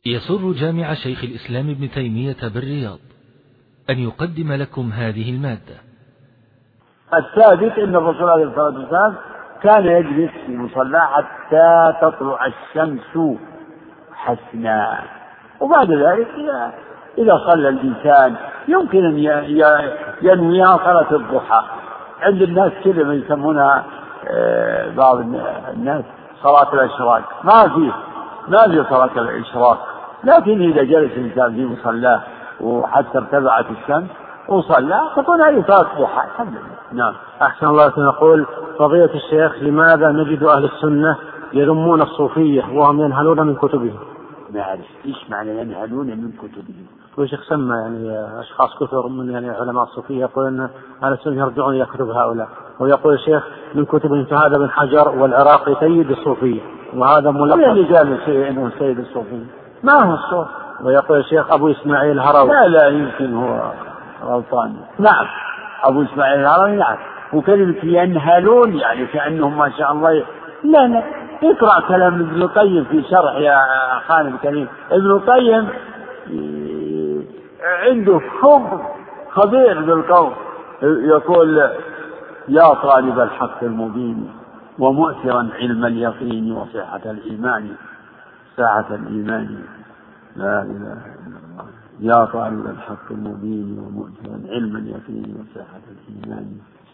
يسر جامع شيخ الإسلام ابن تيمية بالرياض أن يقدم لكم هذه المادة. الثابت أن الرسول عليه الصلاة والسلام كان يجلس في مصلى حتى تطلع الشمس حسنا، وبعد ذلك إذا صلى الإنسان يمكن أن ينويها صلاة الضحى. عند الناس كذا ما يسمونها بعض الناس صلاة الإشراق، ما في صلاة الإشراق، لكن إذا جلس الإنسان في مصلاه وحتى ارتفعت الشمس وصلى تكون هذه صلاة ضحى. نعم. أحسن الله. نقول فضيلة الشيخ، لماذا نجد أهل السنة يذمون الصوفية وهم ينهلون من كتبهم؟ ما أعرف إيش معنى ينهلون من كتبهم. وشيخ سمى أشخاص كثر من علماء الصوفية يقول أن أهل السنة يرجعون إلى كتب هؤلاء، ويقول الشيخ من كتبهم فهذا بن حجر والعراقي سيد الصوفية، وهذا ملقب. اللي قال شيء إنه سيد الصوفية ما هو الصوف. ويقول الشيخ أبو إسماعيل الهروي. لا يمكن هو غلطان. نعم أبو إسماعيل الهروي نعم. وكلمة ينهلون يعني كأنهم ما شاء الله. لا اقرأ كلام ابن القيم في شرح يا خالد الكريم. ابن القيم عنده حب خبير بالقول، يقول يا طالب الحق المبين ومؤثرا علم اليقين وصحة الإيمان ساعة الإيمان لا إله إلا الله. يا طالب الحق المبين ومؤثرا علم اليقين وصحة الإيمان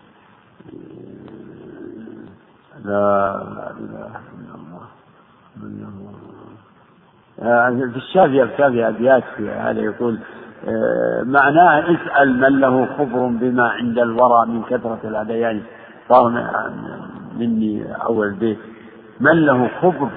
لا إله إلا الله. في الشافعي أبيات في هذا يقول معناه اسأل من له خبر بما عند الورى من كثرة الهذيان. طال مني أول بيت من له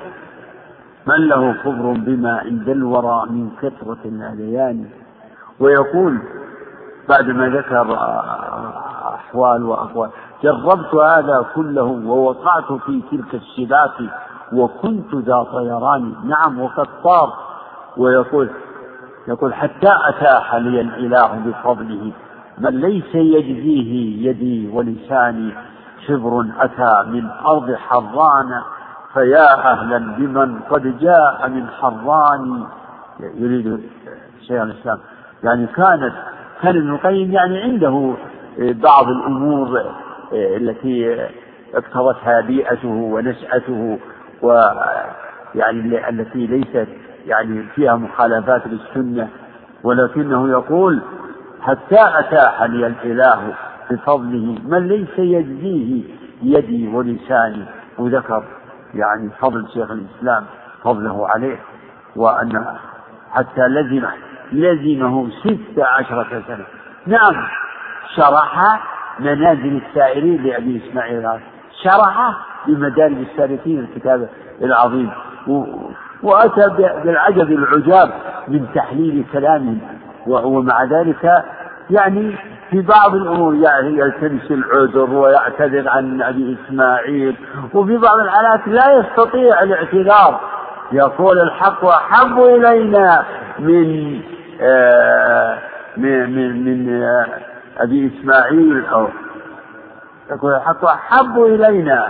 خبر بما عند الورى من كثرة الهذيان. ويقول بعد ما ذكر أحوال وأقوال جربت هذا كله ووقعت في تلك الشباك وكنت ذا طيران. نعم وقد طار. ويقول حتى أتاح لي الإله بفضله من ليس يجزيه يدي ولساني. شبر أتى من أرض حران فيا أهلا بمن قد جاء من حران. يريد شيخ الإسلام يعني كان ابن القيم يعني عنده بعض الأمور التي اقتضتها بيئته ونشأته ويعني التي ليست يعني فيها مخالفات للسنة، ولكنه يقول حتى أتاح لي الإله بفضله من ليس يجزيه يدي ولساني. وذكر يعني فضل شيخ الإسلام فضله عليه، وأن حتى لزمه 16 سنة. نعم شرح منازل السائرين لأبي إسماعيل الهروي، شرح بمدارج السالكين الكتاب العظيم، وأتى بالعجب العجاب من تحليل كلامه. ومع ذلك يعني في بعض الأمور يعني يلتمس العذر ويعتذر عن أبي إسماعيل، وفي بعض الحالات لا يستطيع الاعتذار. يقول الحق أحب إلينا من أبي إسماعيل، أو يقول الحق أحب إلينا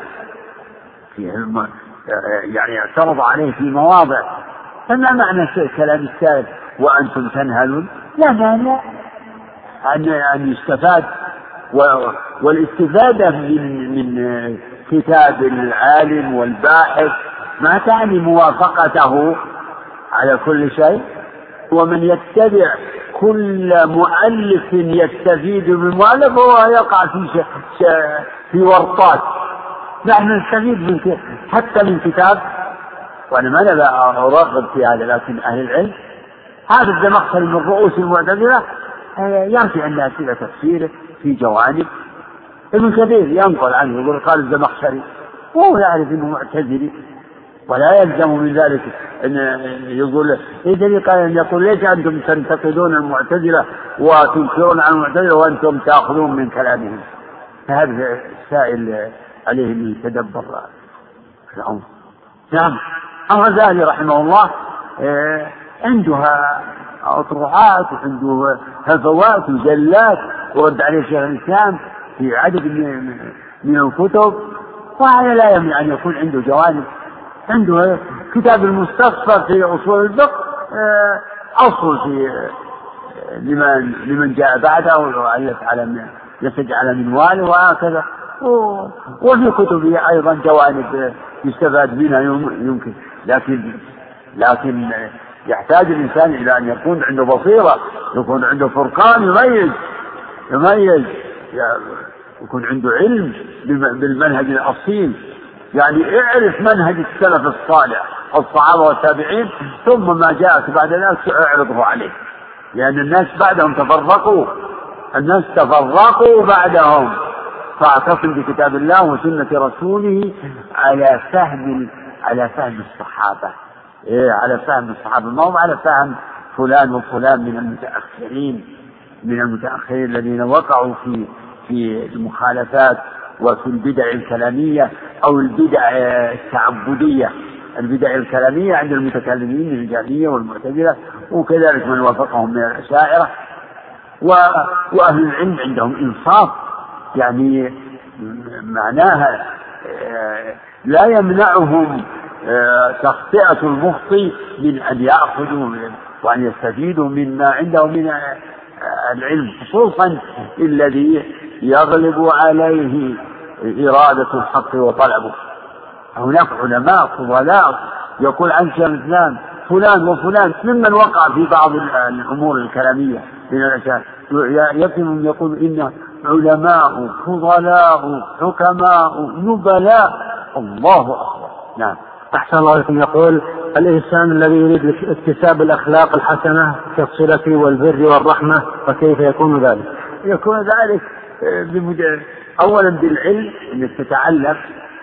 يعني اعترض عليه في مواضع. فما معنى كلام السائل وأنتم تنهلون؟ لا مانع أن يستفاد، والاستفادة من كتاب العالم والباحث ما تعني موافقته على كل شيء. ومن يتبع كل مؤلف يستفيد من مؤلف وهو يقع في ورطات. نحن نستفيد حتى من كتاب، وأنا ما أرغب في هذا، لكن أهل العلم هذا الزمخشري من رؤوس المعتزلة يرجع الناس إلى تفسيره في جوانب. ابن كثير ينقل عنه يقول قال الزمخشري وهو يعرف أنه معتزلي، ولا يلزم من ذلك أن يقول يقول ليش أنتم تنتقدون المعتزلة وتنكرون عن المعتزلة وأنتم تأخذون من كلامهم. فهذا السائل عليه أن يتدبر الأمر. نعم الغزالي رحمه الله عندها أطروحات وعنده هفوات وجلات ورد عليه شيخ الإسلام في عدد من الكتب، وهذا لا يمنع أن يكون عنده جوانب. عنده كتاب المستصفى في أصول الفقه أصل في لمن جاء بعده وأن يسجعل منواله وهكذا. وفي كتبه أيضا جوانب يستفاد منها يمكن، لكن يحتاج الإنسان إلى أن يكون عنده بصيرة، يكون عنده فرقان يميز، يكون عنده علم بالمنهج الأصيل، يعني اعرف منهج السلف الصالح الصحابة والتابعين، ثم ما جاءك بعد ذلك اعرضه عليه، لأن الناس بعدهم تفرقوا بعدهم، فاعتصم بكتاب الله وسنة رسوله على فهم الصحابة، على فهم الصحابة، ما هو على فهم فلان وفلان من المتأخرين الذين وقعوا في المخالفات وفي البدع الكلامية أو البدع التعبدية. البدع الكلامية عند المتكلمين من الجهمية والمعتزلة، وكذلك من وافقهم من الأشاعرة. وأهل العلم عندهم إنصاف، يعني معناها لا يمنعهم تخطئة المخطئ من أن يأخذوا وأن يستفيدوا مما عندهم من العلم، خصوصا الذي يغلب عليه إرادة الحق وطلبه. هناك علماء فضلاء يقول عن شيخ فلان وفلان ممن وقع في بعض الأمور الكلامية من الأشياء، يكفي يقول إن علماء فضلاء حكماء نبلاء. الله أكبر. نعم. أحسن الله عليكم. يقول: الإنسان الذي يريد اكتساب الأخلاق الحسنة كالصلة والبر والرحمة فكيف يكون ذلك؟ يكون ذلك أولا بالعلم، أنك تتعلم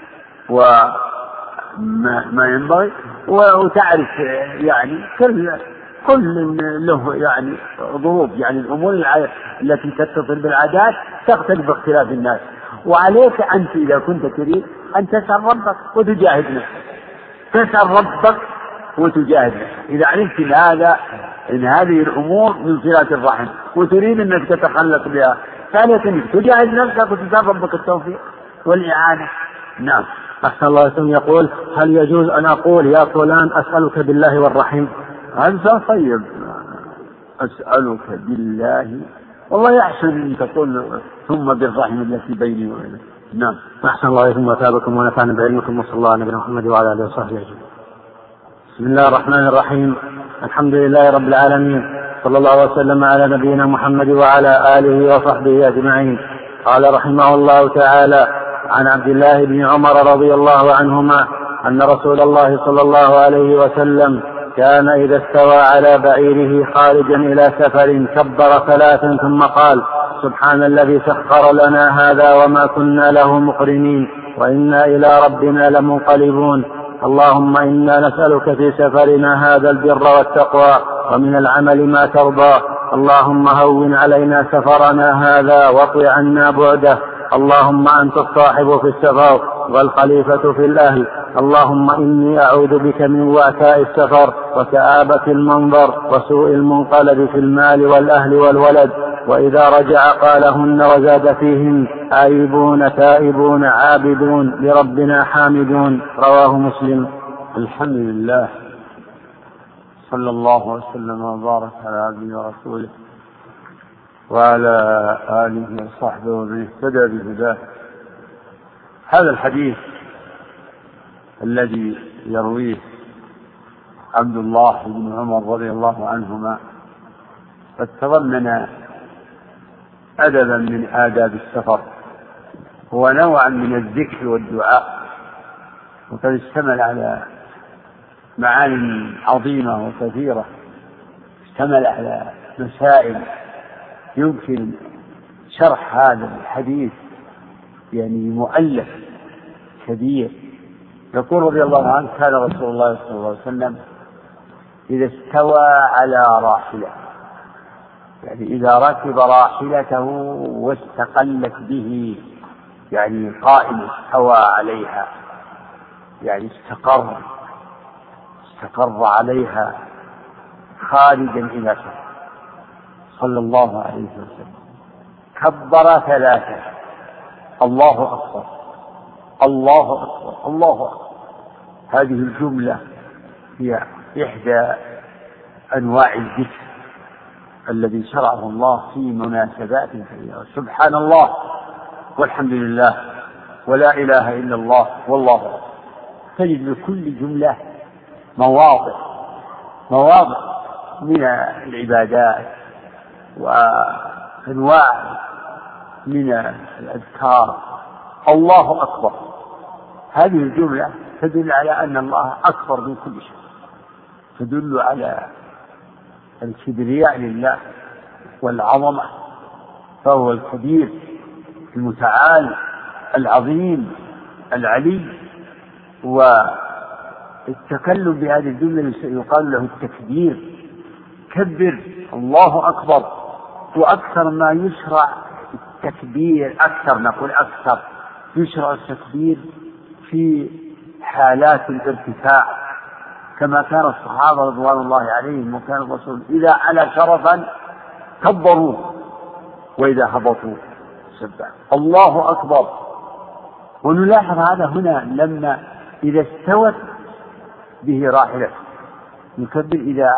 وما ينبغي، وتعرف يعني كل له يعني ظروف، يعني الأمور التي تتصل بالعادات تختلف باختلاف الناس، وعليك أنت إذا كنت تريد أن تسأل ربك وتجاهد نفسك، إذا عرفت إن هذه الأمور من صلة الرحم وتريد أنك تتخلق بها، فعليك أنك تجاهد نفسك وتسأل ربك التوفيق والإعانة. نعم. أحسن الله عليكم. يقول: هل يجوز أن أقول يا فلان أسألك بالله والرحم؟ هذا طيب، أسألك بالله، والله يحسن أن تقول ثم بالرحم التي بيني وبينك. نعم. أحسن الله عليكم وتابكم ونفعنا بعلمكم، وصلى الله على نبينا محمد وعلى آله وصحبه أجمعين. بسم الله الرحمن الرحيم. الحمد لله رب العالمين، صلى الله وسلم على نبينا محمد وعلى آله وصحبه أجمعين. قال رحمه الله تعالى: عن عبد الله بن عمر رضي الله عنهما أن رسول الله صلى الله عليه وسلم كان إذا استوى على بعيره خارجا إلى سفر كبر ثلاثا ثم قال: سبحان الذي سخر لنا هذا وما كنا له مقرنين وإنا إلى ربنا لمنقلبون. اللهم إنا نسألك في سفرنا هذا البر والتقوى ومن العمل ما ترضى. اللهم هون علينا سفرنا هذا واطو عنا بعده. اللهم أنت الصاحب في السفر والخليفة في الأهل. اللهم إني أعوذ بك من وعثاء السفر وكآبة المنظر وسوء المنقلب في المال والأهل والولد. وإذا رجع قالهن وزاد فيهن: آيبون تائبون عابدون لربنا حامدون. رواه مسلم. الحمد لله، صلى الله وسلم وبارك على عبده ورسوله وعلى آله وصحبه ومن اهتدى بهداه. هذا الحديث الذي يرويه عبد الله بن عمر رضي الله عنهما قد تضمن أدبا من آداب السفر، هو نوعا من الذكر والدعاء، وقد اشتمل على معاني عظيمة وكثيرة، اشتمل على مسائل يمكن شرح هذا الحديث، يعني مؤلف كبير. يقول رضي الله عنه: كان رسول الله صلى الله عليه وسلم إذا استوى على راحلة، يعني إذا ركب راحلته واستقلت به، يعني قائم استوى عليها، يعني استقر عليها خارجا إلى سفر، صلى الله عليه وسلم كبر ثلاثة: الله أكبر الله أكبر الله أكبر. هذه الجملة هي إحدى أنواع الذكر الذي شرعه الله في مناسبات كثيرة. سبحان الله والحمد لله ولا إله إلا الله والله أكبر. تجد لكل جملة مواضع من العبادات وأنواع من الأذكار. الله أكبر، هذه الجملة تدل على أن الله أكبر من كل شيء، تدل على الكبرياء لله والعظمة، فهو الكبير المتعال العظيم العلي. والتكلم بهذه الجملة يقال له التكبير، كبر الله أكبر. وأكثر ما يشرع التكبير، أكثر يشرع التكبير في حالات الارتفاع، كما كان الصحابة رضوان الله عليهم، وكان الرسول إذا على شرفا كبروا وإذا هبطوا سبحوا الله أكبر. ونلاحظ هذا هنا لما إذا استوت به راحلته يكبر، إذا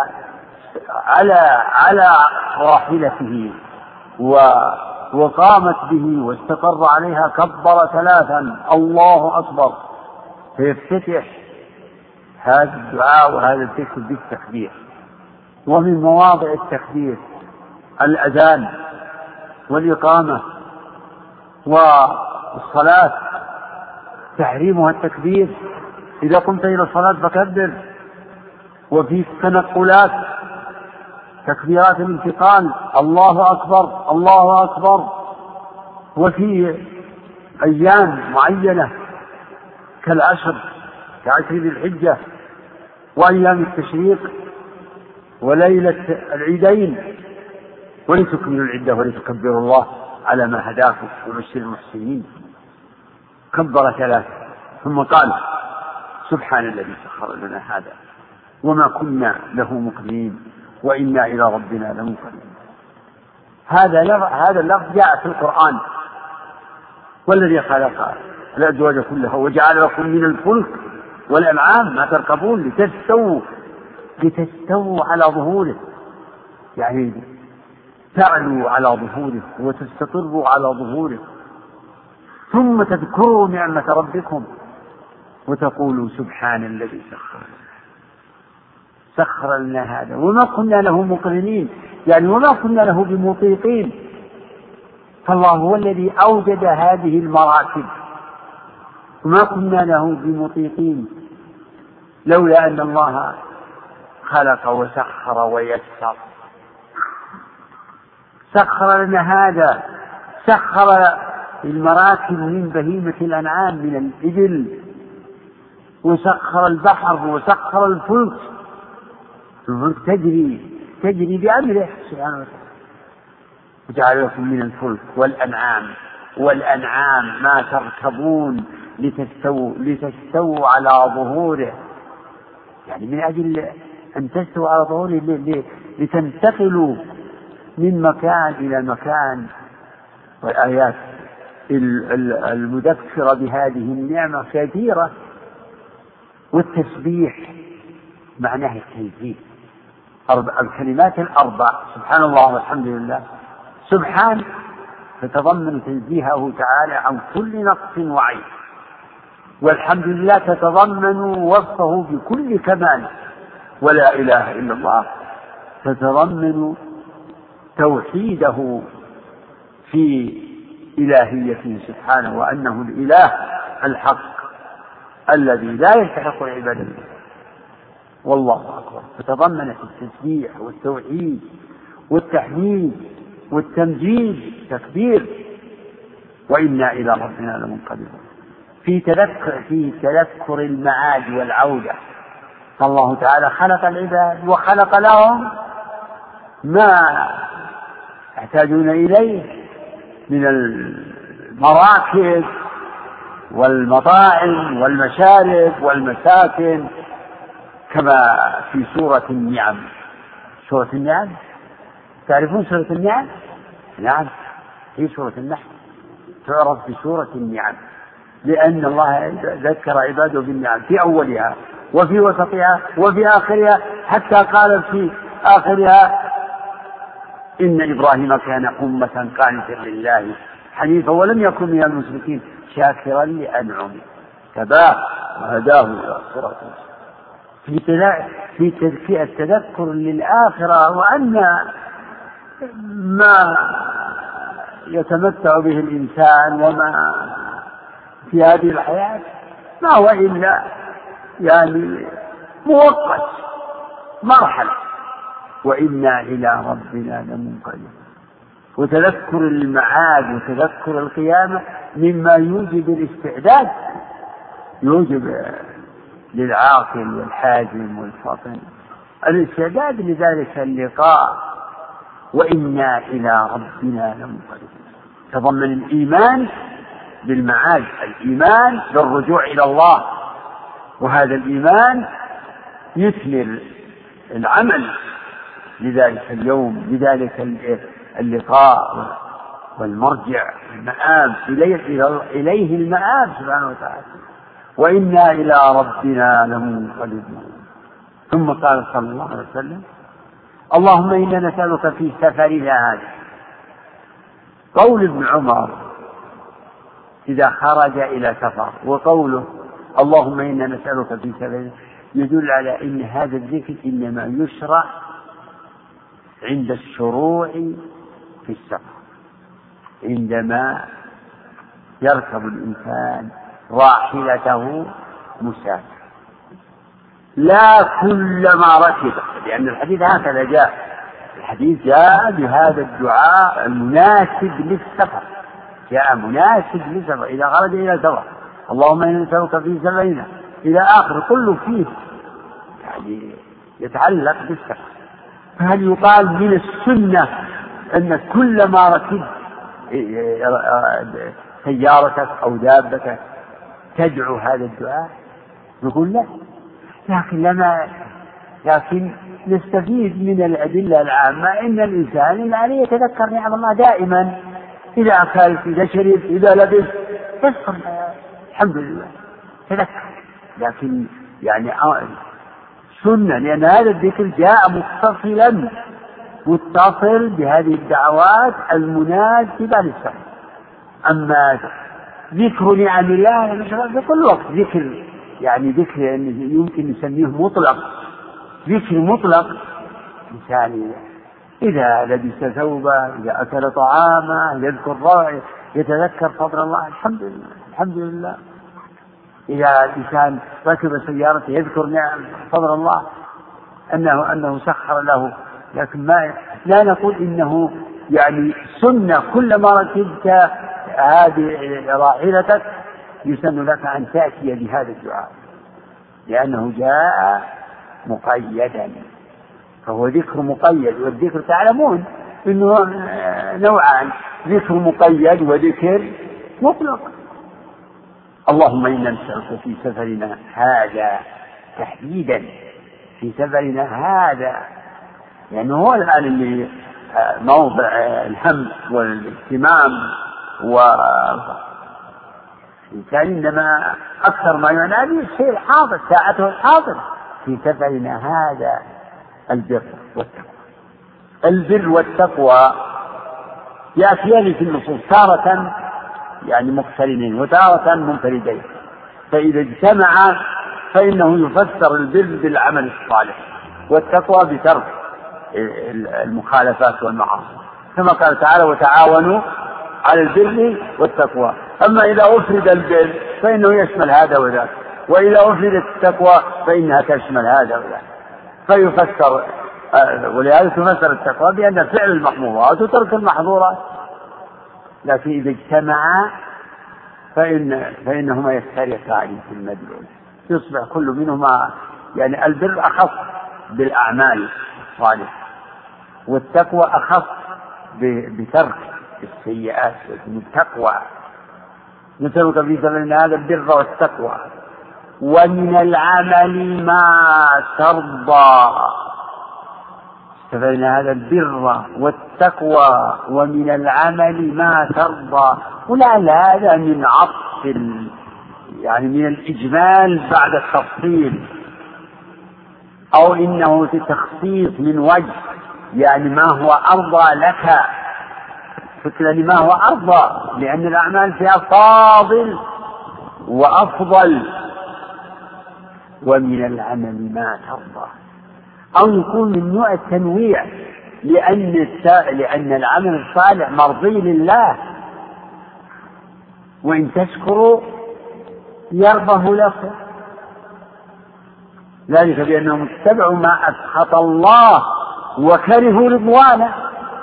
على راحلته وقامت به واستقر عليها كبر 3 الله أكبر، فيفتتح هذا الدعاء وهذا الذكر بالتكبير. ومن مواضع التكبير الأذان والإقامة والصلاة، تحريمها التكبير. إذا قمت إلى الصلاة فكبر. وفي التنقلات تكبيرات الانتقال الله أكبر الله أكبر. وفي أيام معينة كعشر ذي الحجة وأيام التشريق وليلة العيدين، ولتكملوا العدة ولتكبروا الله على ما هداكم وبشر المحسنين. كبر 3 ثم قال سبحان الذي سخر لنا هذا وما كنا له مقرنين وإنا إلى ربنا لمنقلبون. هذا اللفظ جاء في القرآن: والذي خلق الأزواج كلها وجعل لكم من الفلك والأنعام ما تركبون لتستووا على ظهوره، يعني تعلوا على ظهوره وتستقروا على ظهوره، ثم تذكروا نعمة ربكم وتقولوا سبحان الذي سخر لنا هذا وما كنا له مقرنين، يعني وما كنا له بمطيقين. فالله هو الذي أوجد هذه المراتب، وما كنا له بمطيقين لولا أن الله خلق وسخر ويسر. سخر لنا هذا، سخر المراكب من بهيمة الأنعام من الإبل، وسخر البحر وسخر الفلك تجري بأمره سبحانه وتعالى. وجعل لكم من الفلك والأنعام ما تركبون لتستووا على ظهوره، يعني من أجل أن تستووا على ظهوره لتنتقلوا من مكان إلى مكان. والآيات المذكرة بهذه النعمة كثيرة. والتسبيح معناه التنزيه، الكلمات الأربع سبحان الله والحمد لله. سبحان تتضمن تنزيهه تعالى عن كل نقص وعيب، والحمد لله تتضمن وصفه بكل كمال، ولا إله إلا الله تتضمن توحيده في إلهيته سبحانه، وأنه الإله الحق الذي لا يستحق العبادة به. والله أكبر فتضمنت التسبيح والتوحيد والتحميد والتمجيد تكبير. وإنا إلى ربنا لمنقلبون. في تذكر المعاد والعودة. فالله تعالى خلق العباد وخلق لهم ما يحتاجون إليه من المراكب والمطاعم والمشارب والمساكن، كما في سورة النعم. سورة النعم، تعرفون سورة النعم؟ نعم، في سورة النحل تعرف بسورة النعم، لأن الله ذكر عباده بالنعم في أولها وفي وسطها وفي آخرها، حتى قال آخرها إن إبراهيم كان أمة قانتا لله حنيفا ولم يكن من المشركين شاكرا لأنعمه تباه وهداه إلى صراط في تذكير التذكر للآخرة، وأن ما يتمتع به الإنسان وما في هذه الحياة ما هو إلا يعني مؤقت مرحلة، وإنا إلى ربنا لمنقلبون. وتذكر المعاد وتذكر القيامة مما يوجب الاستعداد، يوجب للعاقل والحازم والفطن الاستعداد لذلك اللقاء. وإنا إلى ربنا لمنقلبون تضمن الإيمان بالمعاد، الإيمان بالرجوع إلى الله، وهذا الإيمان يثمر العمل لذلك اليوم، لذلك اللقاء والمرجع المآب إليه المآب سبحانه وتعالى. وإنا إلى ربنا لمنقلبون. ثم قال صلى الله عليه وسلم: اللهم إنا نسألك في سفرنا هذا. قول ابن عمر إذا خرج إلى سفر، وقوله اللهم إنا نسألك في سفرنا يدل على أن هذا الذكر إنما يشرع عند الشروع في السفر، عندما يركب الإنسان راحلته مسافر، لا كلما ركب، لأن الحديث هكذا جاء، الحديث جاء بهذا الدعاء المناسب للسفر، جاء مناسب للسفر إذا خرج إلى سفر، اللهم إنا نسألك في سفرنا إلى آخر، كله فيه يعني يتعلق بالسفر. فهل يقال من السنة أن كلما ركبت سيارتك أو دابتك تدعو هذا الدعاء؟ نقول لا، لكن نستفيد من الأدلة العامة أن الإنسان عليه يتذكر نعم الله دائما، إذا أكلت، إذا شربت، إذا لبس، تذكر الحمد لله تذكر. لكن يعني سنة، لأن هذا الذكر جاء متصل بهذه الدعوات المناسبة للسفر. أما ذكر نعم الله في كل وقت ذكر، يعني ذكر يمكن نسميه مطلق، ذكر مطلق، إنسان إذا لبس ثوبه، إذا أكل طعامه، يذكر روعه، يتذكر فضل الله، الحمد لله الحمد لله. إذا الإنسان ركب سيارته يذكر نعم فضل الله أنه سخر له. لكن لا نقول إنه يعني سنة كلما ركبت هذه راحلتك يسن لك أن تأتي بهذا الدعاء، لأنه جاء مقيدا، فهو ذكر مقيد. والذكر تعلمون إنه نوعان، ذكر مقيد وذكر مطلق. اللهم إنا نسألك في سفرنا هذا، تحديدا في سفرنا هذا، يعني هو الآن اللي موضع الهم والاهتمام، والإنسان إنما أكثر ما يعنى الشيء الحاضر، ساعته الحاضر. في سفرنا هذا البر والتقوى. البر والتقوى يأتيان في النصوص تارة يعني مقترنين وتارة منفردين، فإذا اجتمع فإنه يفسر البر بالعمل الصالح، والتقوى بترك المخالفات والمعاصي، كما قال تعالى: وتعاونوا على البر والتقوى. أما إذا أفرد البر فإنه يشمل هذا وذاك، وإذا أفردت التقوى فإنها تشمل هذا وذاك، فيفسر. ولهذا تفسر التقوى بأن فعل المحظورات وترك المحظورات. لكن إذا اجتمعا فإنهما يفترقان في المدلول، يصبح كل منهما يعني البر أخص بالأعمال الصالحة، والتقوى أخص بترك السيئات والتقوى. نسألك في سبيلنا هذا البر والتقوى، ومن العمل ما ترضى. سبيلنا هذا البر والتقوى ومن العمل ما ترضى. ولعل هذا من عطف يعني من الإجمال بعد التفصيل، أو إنه تخصيص من وجه، يعني ما هو أرضى لك، فكرة ما هو أرضى، لأن الأعمال فيها فاضل وأفضل. ومن العمل ما ترضى، أو يكون من نوع التنويع، لأن العمل الصالح مرضي لله، وإن تشكروا يرضه لكم، ذلك بأنهم اتبعوا ما أسخط الله وكرهوا رضوانه.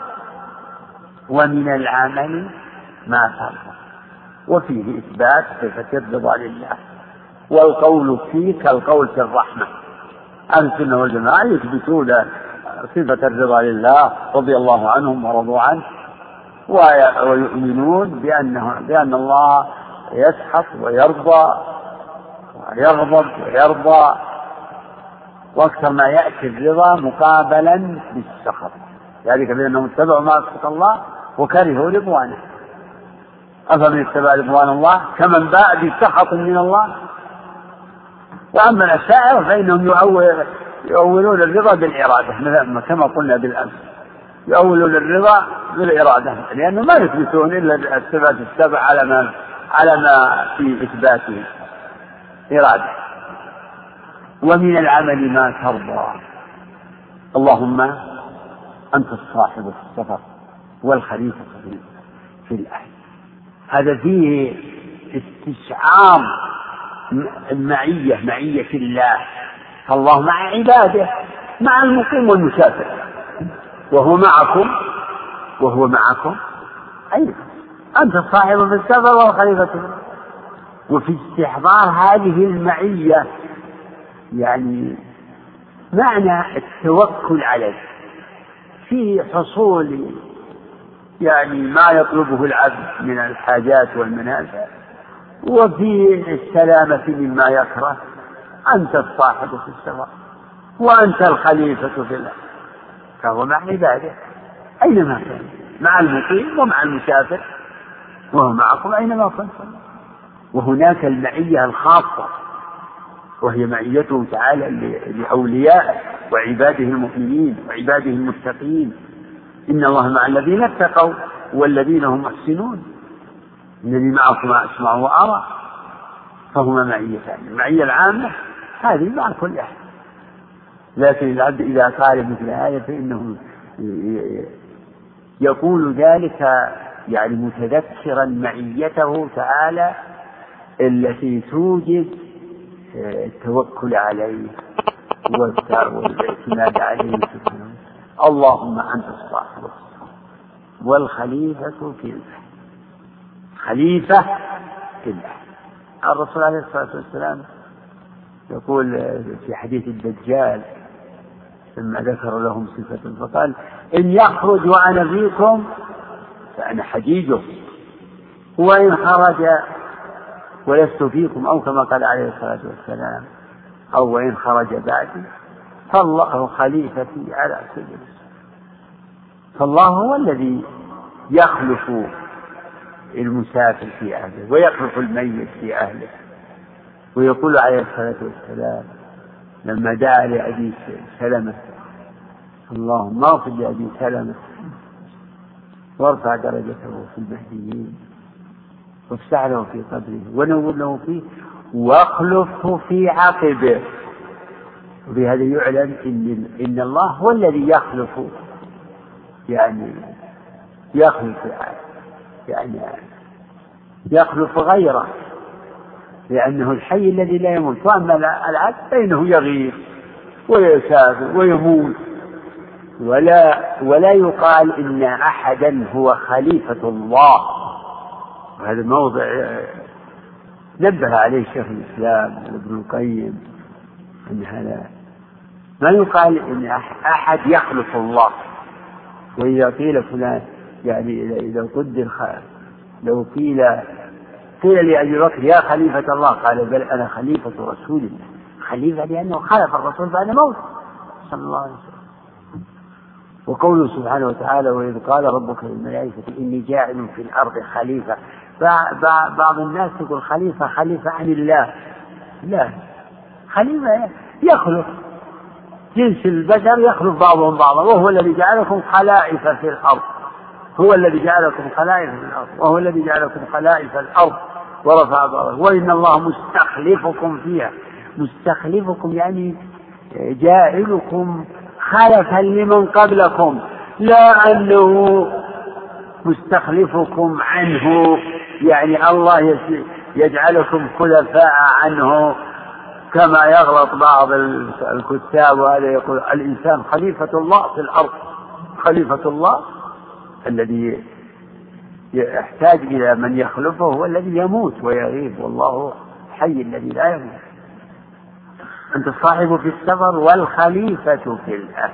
ومن العمل ما ترضى، وفيه إثبات صفة الرضا لله، والقول فيه كالقول في الرحمة. أهل السنة والجماعة يثبتون صفة الرضا لله رضي الله عنهم ورضوا عنه، ويؤمنون بأن الله يسخط ويرضى ويغضب ويرضى، وأكثر ما يأتي الرضا مقابلا بالسخط، ذلك بأنهم اتبعوا ما أسخط الله وكرهوا رضوانه. أفمن اتبع رضوان الله كمن باء بسخط من الله. وأما الأشاعرة فإنهم يؤولون الرضا بالإرادة، كما قلنا بالأمس، يؤولون الرضا بالإرادة، لأنه ما يثبتون إلا الصفات السبع على ما في إثباته إرادة. ومن العمل ما ترضى، اللهم أنت الصاحب في السفر والخليفة في الأهل. هذا فيه استشعار معية الله، فالله مع عباده، مع المقيم والمسافر، وهو معكم أي أنت الصاحب في السفر والخليفة. وفي استحضار هذه المعية يعني معنى التوكل عليه في حصول يعني ما يطلبه العبد من الحاجات والمنافع، وفي السلامة مما يكره. أنت الصاحب في السفر وأنت الخليفة في الأرض، فهو مع عباده أينما كان، مع المقيم ومع المسافر، وهو معكم أينما كنتم. وهناك المعية الخاصة، وهي معيته تعالى لأوليائه وعباده المؤمنين وعباده المتقين. إن الله مع الذين اتقوا والذين هم محسنون، الذي معكم أسمع وأرى، فهما معيتان. المعية العامة هذه مع كل أحد، لكن العبد إذا قال مثل هذا فإنه يقول ذلك يعني متذكرا معيته تعالى التي توجد التوكل عليه والاعتماد عليه سبحانه. اللهم أنت الصاحب والخليفة في الأرض، خليفة في الأرض. الرسول عليه الصلاة والسلام يقول في حديث الدجال لما ذكر لهم صفة، فقال إن يخرج وأنا فيكم فأنا حجيجه، وإن خرج ولست فيكم، أو كما قال عليه الصلاة والسلام، أو وإن خرج بعدي فالله خليفتي على كل شيء. فالله هو الذي يخلف المسافر في أهله ويخلف الميت في أهله. ويقول عليه الصلاة والسلام لما دعا لأبي سلمة اللهم اغفر لأبي سلمة وارفع درجته في المهديين وافسح له في قبره ونور له فيه واخلفه في عقبه. وبهذا يعلم إن الله هو الذي يخلف غيره، لأنه الحي الذي لا يموت. وأما العبد فإنه يغير ويسافر ويموت، ولا يقال إن أحدا هو خليفة الله. وهذا موضع نبه عليه شيخ الإسلام ابن القيم، أن هذا ما يقال إن أحد يخلف الله. وإذا قيل فلان يعني إذا قدر لو قيل لأبي بكر يا خليفة الله قال بل أنا خليفة رسول الله. خليفة لأنه خلف الرسول بعد موت صلى الله عليه وسلم. وقوله سبحانه وتعالى وإذ قال ربك للملائكة إني جاعل في الأرض خليفة. بعض الناس يقول خليفة عن الله، لا، خليفة يخلف جنس البشر يخلف بعضهم بعضا، وهو الذي جعلكم خلائف في الأرض، هو الذي جعلكم خلائف في الأرض، وهو الذي جعلكم خلائف الأرض ورفع بعضكم، وإن الله مستخلفكم فيها. مستخلفكم يعني جاعلكم خلفا لمن قبلكم، لا أنه مستخلفكم عنه، يعني الله يجعلكم خلفاء عنه كما يغلط بعض الكتاب، وهذا يقول الإنسان خليفة الله في الأرض. خليفة الله الذي يحتاج إلى من يخلفه هو الذي يموت ويغيب، والله حي الذي لا يموت. أنت الصاحب في السفر والخليفة في الأهل.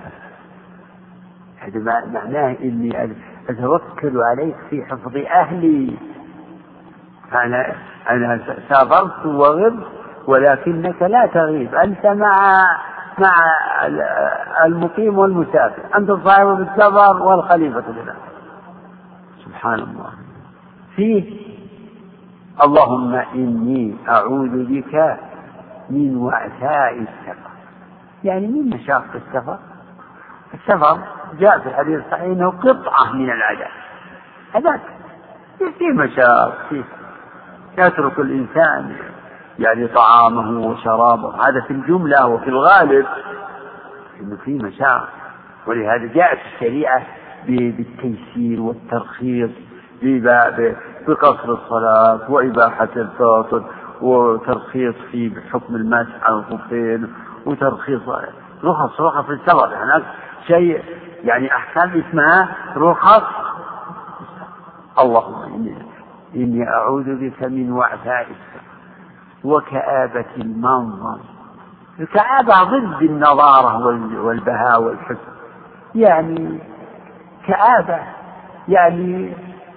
هذا معناه إني أتوكل عليك في حفظ أهلي. أنا سافرت وغبت ولكنك لا تغيب، أنت مع المقيم والمسافر، أنت الصاحب في السفر والخليفة في الأهل. سبحان الله. فيه اللهم إني أعوذ بك من وعثاء السفر، يعني من مشاق السفر. السفر جاء في الحديث الصحيح انه قطعة من العذاب، هذاك في مشاق، فيه يترك الإنسان يعني طعامه وشرابه، هذا في الجملة، وفي الغالب انه في مشاق. ولهذا جاءت الشريعة بالتيسير والترخيص بقصر الصلاة وإباحة الفطر، وترخيص في حكم المسح على الخفين، وترخيص رخص في السفر. هناك شيء يعني أحكام اسمها رخص. اللهم إني أعوذ بك من وعثاء السفر وكآبة المنظر. الكآبة ضد النضارة والبهاء والحسن، يعني كآبة يعني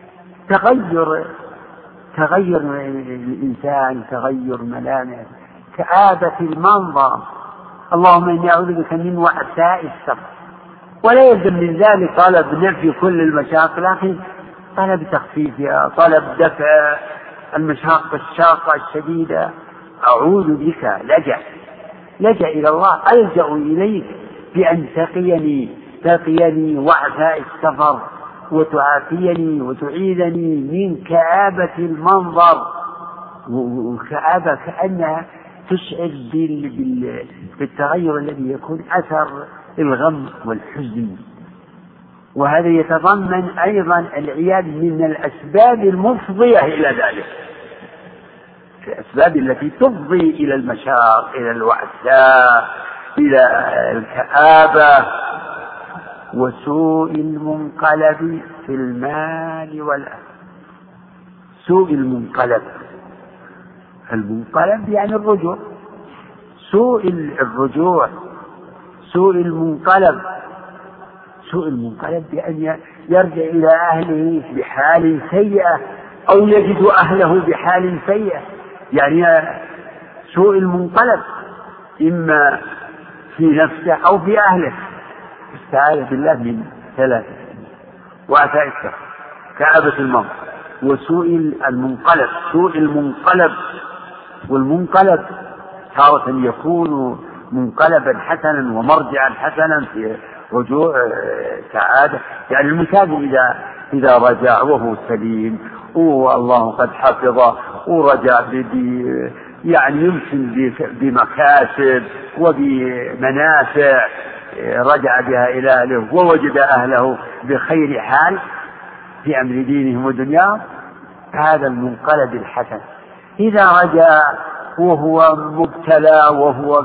تغير الإنسان، تغير ملامح، كآبة المنظر. اللهم إني أعوذ بك من وعثاء السفر. ولا يلزم من ذلك طلب نفي كل المشاق، لكن طلب تخفيفها، طلب دفع المشاق الشاقة الشديدة. أعوذ بك، لجأ إلى الله، ألجأ إليك بأن تقيني وعثاء السفر، وتعافيني وتعيذني من كآبة المنظر. وكآبة كأنها تشعر بالتغير الذي يكون أثر الغم والحزن. وهذا يتضمن أيضا العياذ من الأسباب المفضية إلى ذلك، الأسباب التي تفضي إلى المشاق، إلى الوعثاء، إلى الكآبة. وسوء المنقلب في المال والأهل. سوء المنقلب يعني الرجوع، سوء الرجوع، سوء المنقلب بأن يرجع إلى أهله بحال سيئة، أو يجد أهله بحال سيئة. يعني سوء المنقلب إما في نفسه أو في أهله. استعاذ بالله من ثلاثة: وعثاء السفر، كآبة الموت، وسوء المنقلب. سوء المنقلب، والمنقلب تارة يكون منقلبا حسنا ومرجعا حسنا في رجوع سعادة. يعني المسافر إذا رجع وهو سليم والله قد حفظه ورجع يعني يمكن بمكاسب وبمنافع، رجع بها إلى أهله ووجد أهله بخير حال في أمر دينهم ودنياهم، هذا المنقلب الحسن. إذا رجع وهو مبتلى وهو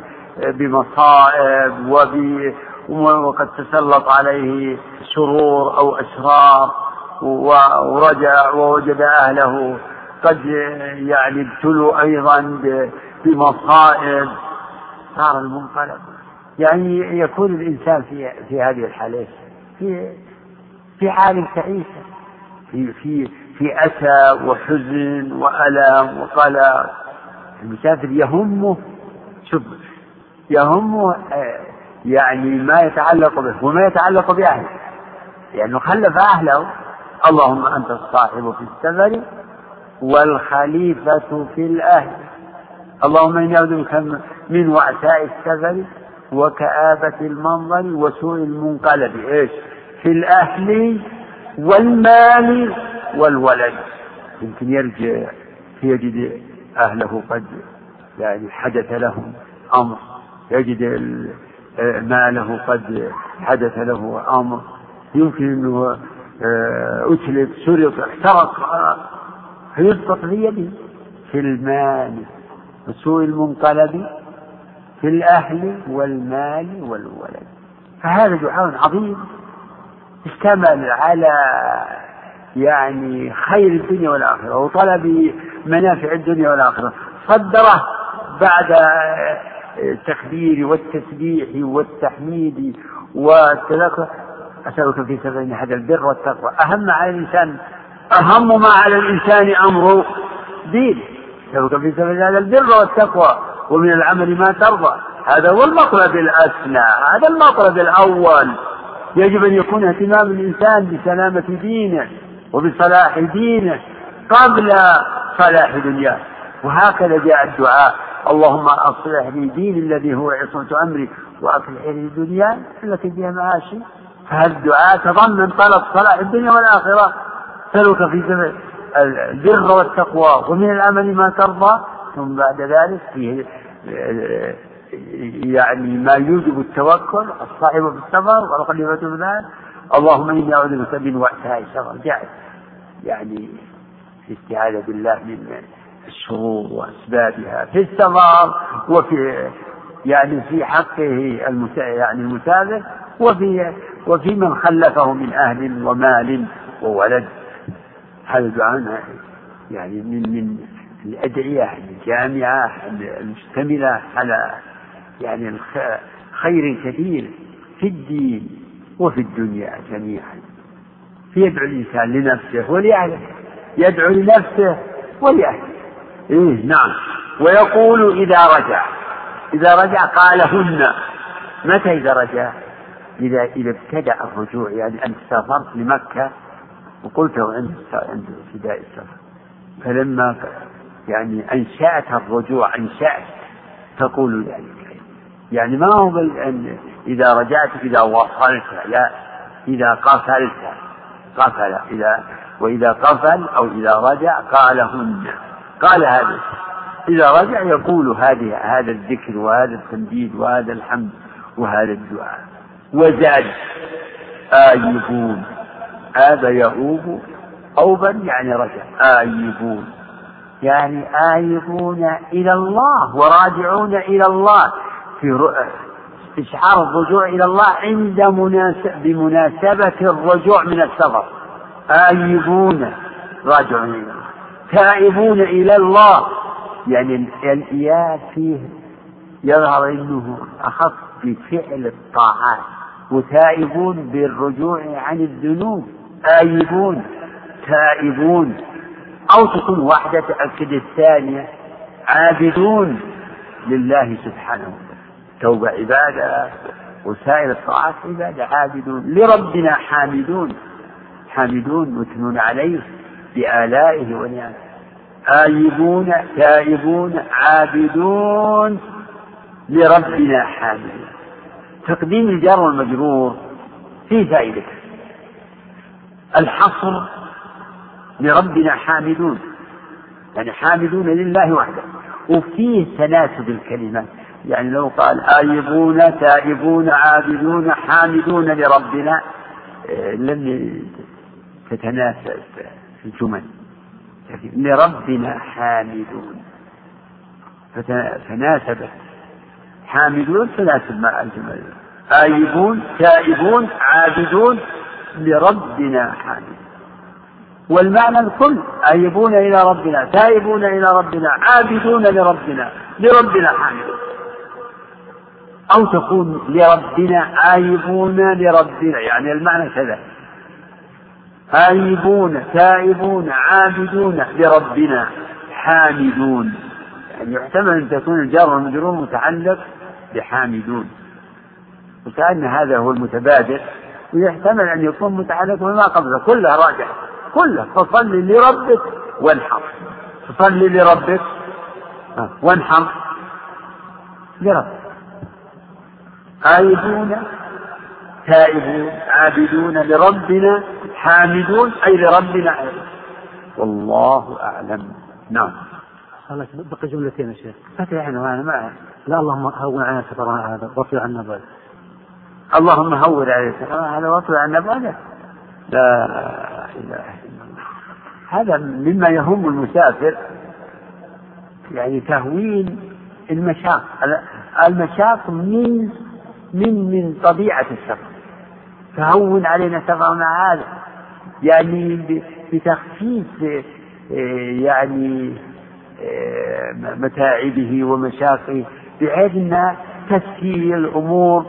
بمصائب وقد تسلط عليه شرور أو أشرار، ورجع ووجد أهله قد يعني ابتلوا أيضا بمصائب، صار المنقلب. يعني يكون الإنسان في هذه الحالة في حال تعيسة، في أسى وحزن وألم وقلق. المسافر يهمه يعني ما يتعلق به وما يتعلق بأهله، لأنه خلف أهله. اللهم أنت الصاحب في السفر والخليفة في الأهل. اللهم إني أعوذ بك من وعثاء السفر وكآبة المنظر وسوء المنقلب إيش في الأهل والمال والولد. يمكن يرجع يجد أهله قد يعني حدث لهم أمر، يجد ماله قد حدث له أمر، يمكن أنه أتلف سرق احترق، فيسقط في يده في المال وسوء المنقلب في الأهل والمال والولد. فهذا دعاء عظيم اشتمل على يعني خير الدنيا والآخرة وطلب منافع الدنيا والآخرة، صدره بعد التكبير والتسبيح والتحميد والتذكر: أسألك في سبيل هذا البر والتقوى. أهم ما على الإنسان أمر دين. أسألك في سبيل هذا البر والتقوى ومن العمل ما ترضى. هذا هو المطلب الأسنى، هذا المطلب الأول. يجب أن يكون اهتمام الإنسان بسلامة دينه وبصلاح دينه قبل صلاح دنياه. وهكذا جاء الدعاء: اللهم أصلح لي ديني الذي هو عصمة أمري وأصلح لي دنياي التي بها معاشي. فهذا الدعاء تضمن طلب صلاح الدنيا والآخرة. سلوك في سبيل البر والتقوى ومن العمل ما ترضى. ثم بعد ذلك فيه يعني ما يوجب التوكل: الصاحب في السفر والخليفة في البلاد. اللهم إني أعوذ بك من وعثاء السفر. جاء يعني الاستعاذة بالله من الشرور وأسبابها في السفر وفي يعني في حقه المسافر وفي من خلفه من أهل ومال وولد. هذا دعاء يعني من الأدعية الجامعة المشتملة على يعني خير كثير في الدين وفي الدنيا جميعا. يدعو الإنسان لنفسه ولأهله، يدعو لنفسه ولأهله. نعم. ويقول إذا رجع قالهن. متى إذا رجع؟ إذا ابتدأ الرجوع، يعني أنت سافرت لمكة وقلته عند ابتداء السفر، فلما يعني أنشأت الرجوع تقول ذلك. يعني ما هو إذا رجعت إذا وصلت، لا، إذا قفلت قفل، وإذا قفل أو إذا رجع قالهن. قال هذا إذا رجع يقول هذا الذكر وهذا التمجيد وهذا الحمد وهذا الدعاء. وزاد آيبون. هذا يؤوب أوبا يعني رجع. آيبون يعني آيبون إلى الله وراجعون إلى الله، في إشعار الرجوع إلى الله عند بمناسبة الرجوع من السفر. آيبون راجعون إلى الله. تائبون إلى الله، يعني الإياب فيه يظهر أنه أخف بفعل الطاعات، وتائبون بالرجوع عن الذنوب. آيبون تائبون، أو تكون واحدة تأكد الثانية. عابدون لله سبحانه وتعالى، توبة عبادة وسائر الطاعات عبادة. عابدون لربنا حامدون مثنون عليه بآلائه ونعمه. آيبون تائبون عابدون لربنا حامدون. تقديم الجار والمجرور فيه فائدة: الحصر لربنا حامدون، يعني حامدون لله وحده، وفيه تناسب الكلمات. يعني لو قال آيبون تائبون عابدون حامدون لربنا لم تتناسب في الجمل. لربنا حامدون فتناسبت، حامدون تناسب مع الجمل. آيبون تائبون عابدون لربنا حامدون. والمعنى الكل: آيبون إلى ربنا، تائبون إلى ربنا، عابدون لربنا حامدون. أو تكون لربنا آيبون لربنا، يعني المعنى كذا: آيبون تائبون عابدون لربنا حامدون. يعني يحتمل أن تكون الجار والمجرور متعلق بحامدون، وكأن هذا هو المتبادر، ويحتمل أن يكون متعلق بما قبله. كلها راجع، كلها. فصل لربك وانحر، فصل لربك وانحر لربك. آيبون تائبون عابدون لربنا حامدون أي لربنا عابدون. والله أعلم. نعم. بقي جملتين يا شيخ. فتحنا وأنا معه. لا اللهم هون علينا سفرنا هذا واطوي عنا بعد. اللهم هون علينا سفرنا هذا واطوي عنا بعد. لا إله إلا الله. هذا مما يهم المسافر، يعني تهوين المشاق. المشاق من طبيعة السفر، فهون علينا سفرنا هذا يعني بتخفيف يعني متاعبه ومشاقه، بحيث أن تسهيل الأمور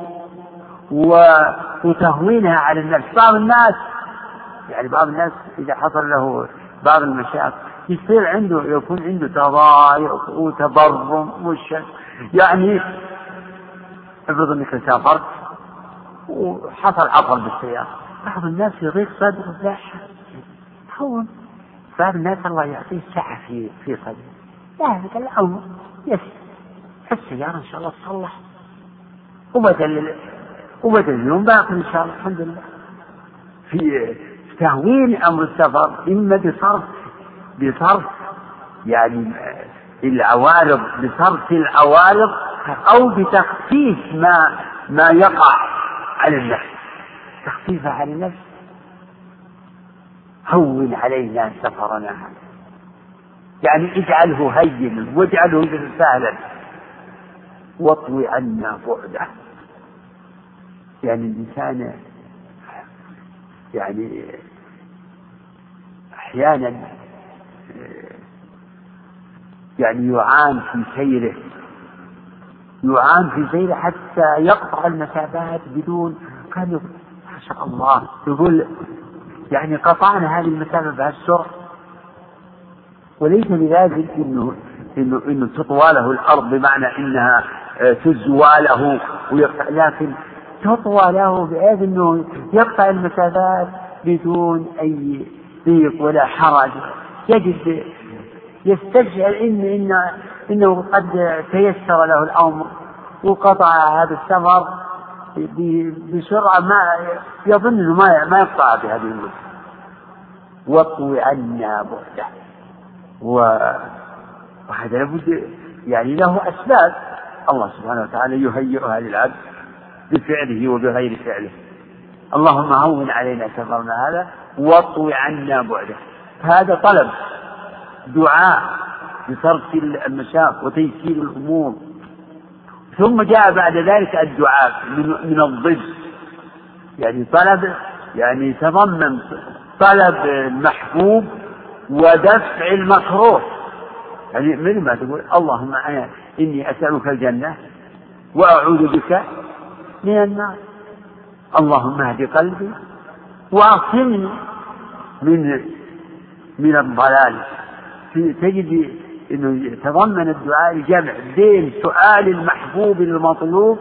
وتهوينها على النفس. بعض الناس إذا حصل له بعض المشاق يصير يكون عنده تضايق وتبرم يعني افرض انك سافرت وحصل عطل بالسيارة، بعض الناس يضيق صدره لاحق هون. بعض الناس الله يعطيه سعة في صدره، لا هذا الأمر يسر، السيارة إن شاء الله تصلح وبدل اليوم باقي إن شاء الله الحمد لله. في تهوين أمر السفر إما بصرف يعني العوارض، بصرف العوارض، أو بتخفيف ما يقع على النفس، تخفيفه على النفس. هون علينا سفرنا هذا، يعني اجعله هينا واجعله سهلا واطوي عنا بعده. يعني الإنسان يعني أحيانا يعني يعان في سيره حتى يقطع المسافات بدون كان ما شاء الله يقول يعني قطعنا هذه المسافة بهالسرعة، وليس بلازم إنه تطوى له الأرض بمعنى إنها تزوى له ويقطع، لكن تطوى له بحيث إنه يقطع المسافات بدون أي ضيق ولا حرج. يجد يستشعر إنه قد تيسر له الأمر وقطع هذا السفر بسرعة ما يظن إنه ما يقطع بهذه المدة. واطوي عنا بعده. وهذا لابد يعني له أسباب الله سبحانه وتعالى يهيئها للعبد بفعله وبغير فعله. اللهم هون علينا سفرنا هذا واطوي عنا بعده. هذا طلب دعاء بصرف المشاق وتيسير الأمور. ثم جاء بعد ذلك الدعاء من الضد، يعني طلب يعني تضمن طلب المحبوب ودفع المكروه. يعني من ما تقول اللهم إني أسألك الجنة وأعوذ بك من النار، اللهم اهد قلبي وأعصمني من الضلال. تجد إنه يتضمن الدعاء جمع بين سؤال المحبوب المطلوب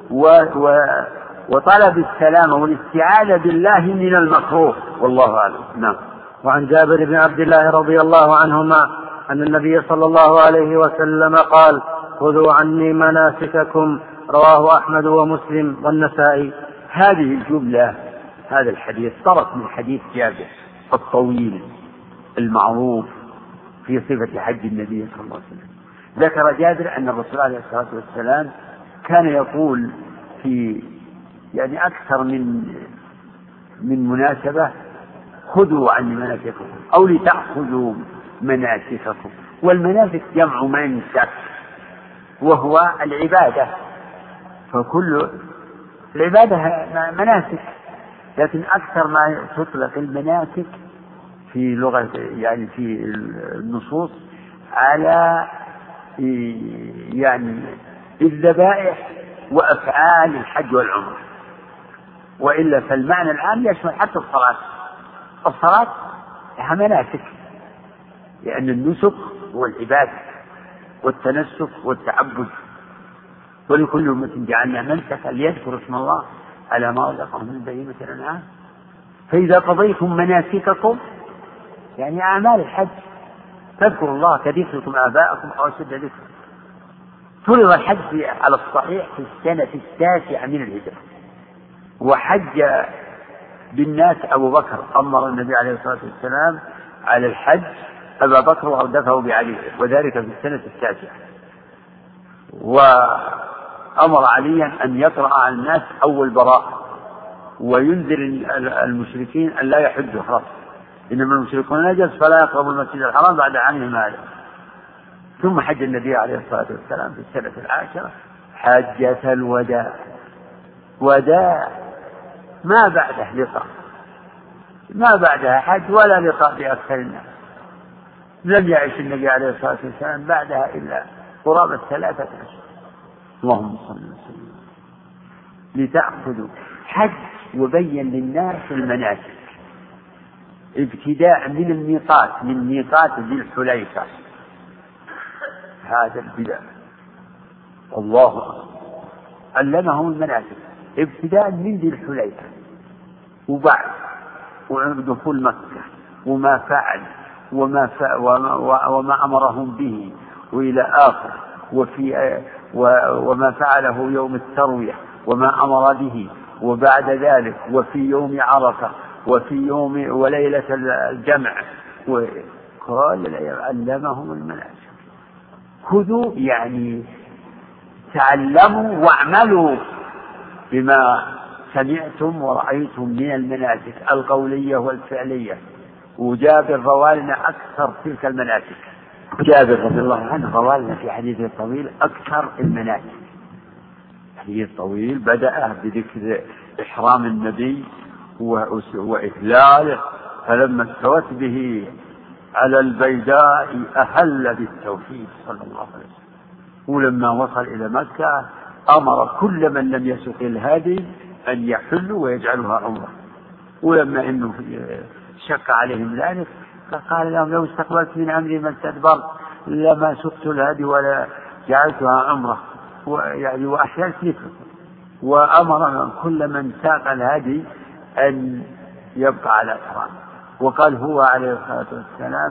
وطلب السلامة والاستعاذة بالله من المكروه، والله أعلم. نعم. وعن جابر بن عبد الله رضي الله عنهما أن النبي صلى الله عليه وسلم قال: خذوا عني مناسككم، رواه أحمد ومسلم والنسائي. هذه الجملة، هذا الحديث طرف من حديث جابر الطويل المعروف في صفة حج النبي صلى الله عليه وسلم. ذكر جابر أن الرسول عليه الصلاة والسلام كان يقول في يعني أكثر من مناسبة: خذوا عني مناسككم، أو لتأخذوا مناسككم. والمناسك جمع منسك، وهو العبادة، فكل العبادة مناسك، لكن أكثر ما تطلق المناسك في لغة يعني في النصوص على يعني الذبائح وأفعال الحج والعمرة، وإلا فالمعنى العام يشمل حتى الصلاة لها مناسك، لأن النسك هو العبادة والتنسك والتعبد، ولكل أمة جعلنا منسكا ليذكروا اسم الله على ما رزقهم من بهيمة الأنعام. فإذا قضيتم مناسككم يعني أعمال الحج فاذكروا الله كذكركم آباءكم أو أشد ذكرا. فرض الحج على الصحيح في السنة 9 من الهجرة، وحج بالناس أبو بكر، أمر النبي عليه الصلاة والسلام على الحج أبا بكر وأردفه بعلي، وذلك في السنة 9. وأمر عليا أن يقرأ على الناس أول براءة وينذر المشركين أن لا يحجوا، خلاص إنما المشركون نجس فلا يقربوا المسجد الحرام بعد عامهم هذا. ثم حج النبي عليه الصلاة والسلام في السنة 10 حجة الوداع، وداع ما بعده لقاء، ما بعدها حج ولا لقاء بأكثر الناس. لم يعش النبي عليه الصلاة والسلام بعدها إلا قرابة 3 أشهر. اللهم صل وسلم. لتأخذوا حج وبين للناس المناسك، ابتداء من الميقات، من ميقات ذي الحليفة، هذا البداية. الله علمهم المناسك ابتداء من ذي الحليفة، وبعد ودخول مكة وما فعل وما أمرهم به وإلى آخر، وما فعله يوم التروية وما أمر به، وبعد ذلك وفي يوم عرفة وفي يوم وليلة الجمع، وقال علمهم المناسك. خذوا يعني تعلموا واعملوا بما سمعتم ورأيتم من المناسك القولية والفعلية. وجابر روالنا أكثر تلك المناسك، جابر رضي الله عنه روالنا في حديثه الطويل أكثر المناسك. حديث طويل بدأ بذكر إحرام النبي وإهلاله، فلما استوت به على البيداء أهل بالتوحيد صلى الله عليه وسلم. ولما وصل إلى مكة أمر كل من لم يسق الهادي أن يحلوا ويجعلها عمرة. ولما إنه شق عليهم ذلك فقال لهم لو استقبلت من أمري ما استدبرت لما سقت الهادي ولا جعلتها عمرة، يعني وأحيلت مثله. وأمر كل من ساق الهادي أن يبقى على إحرام. وقال هو عليه الصلاة والسلام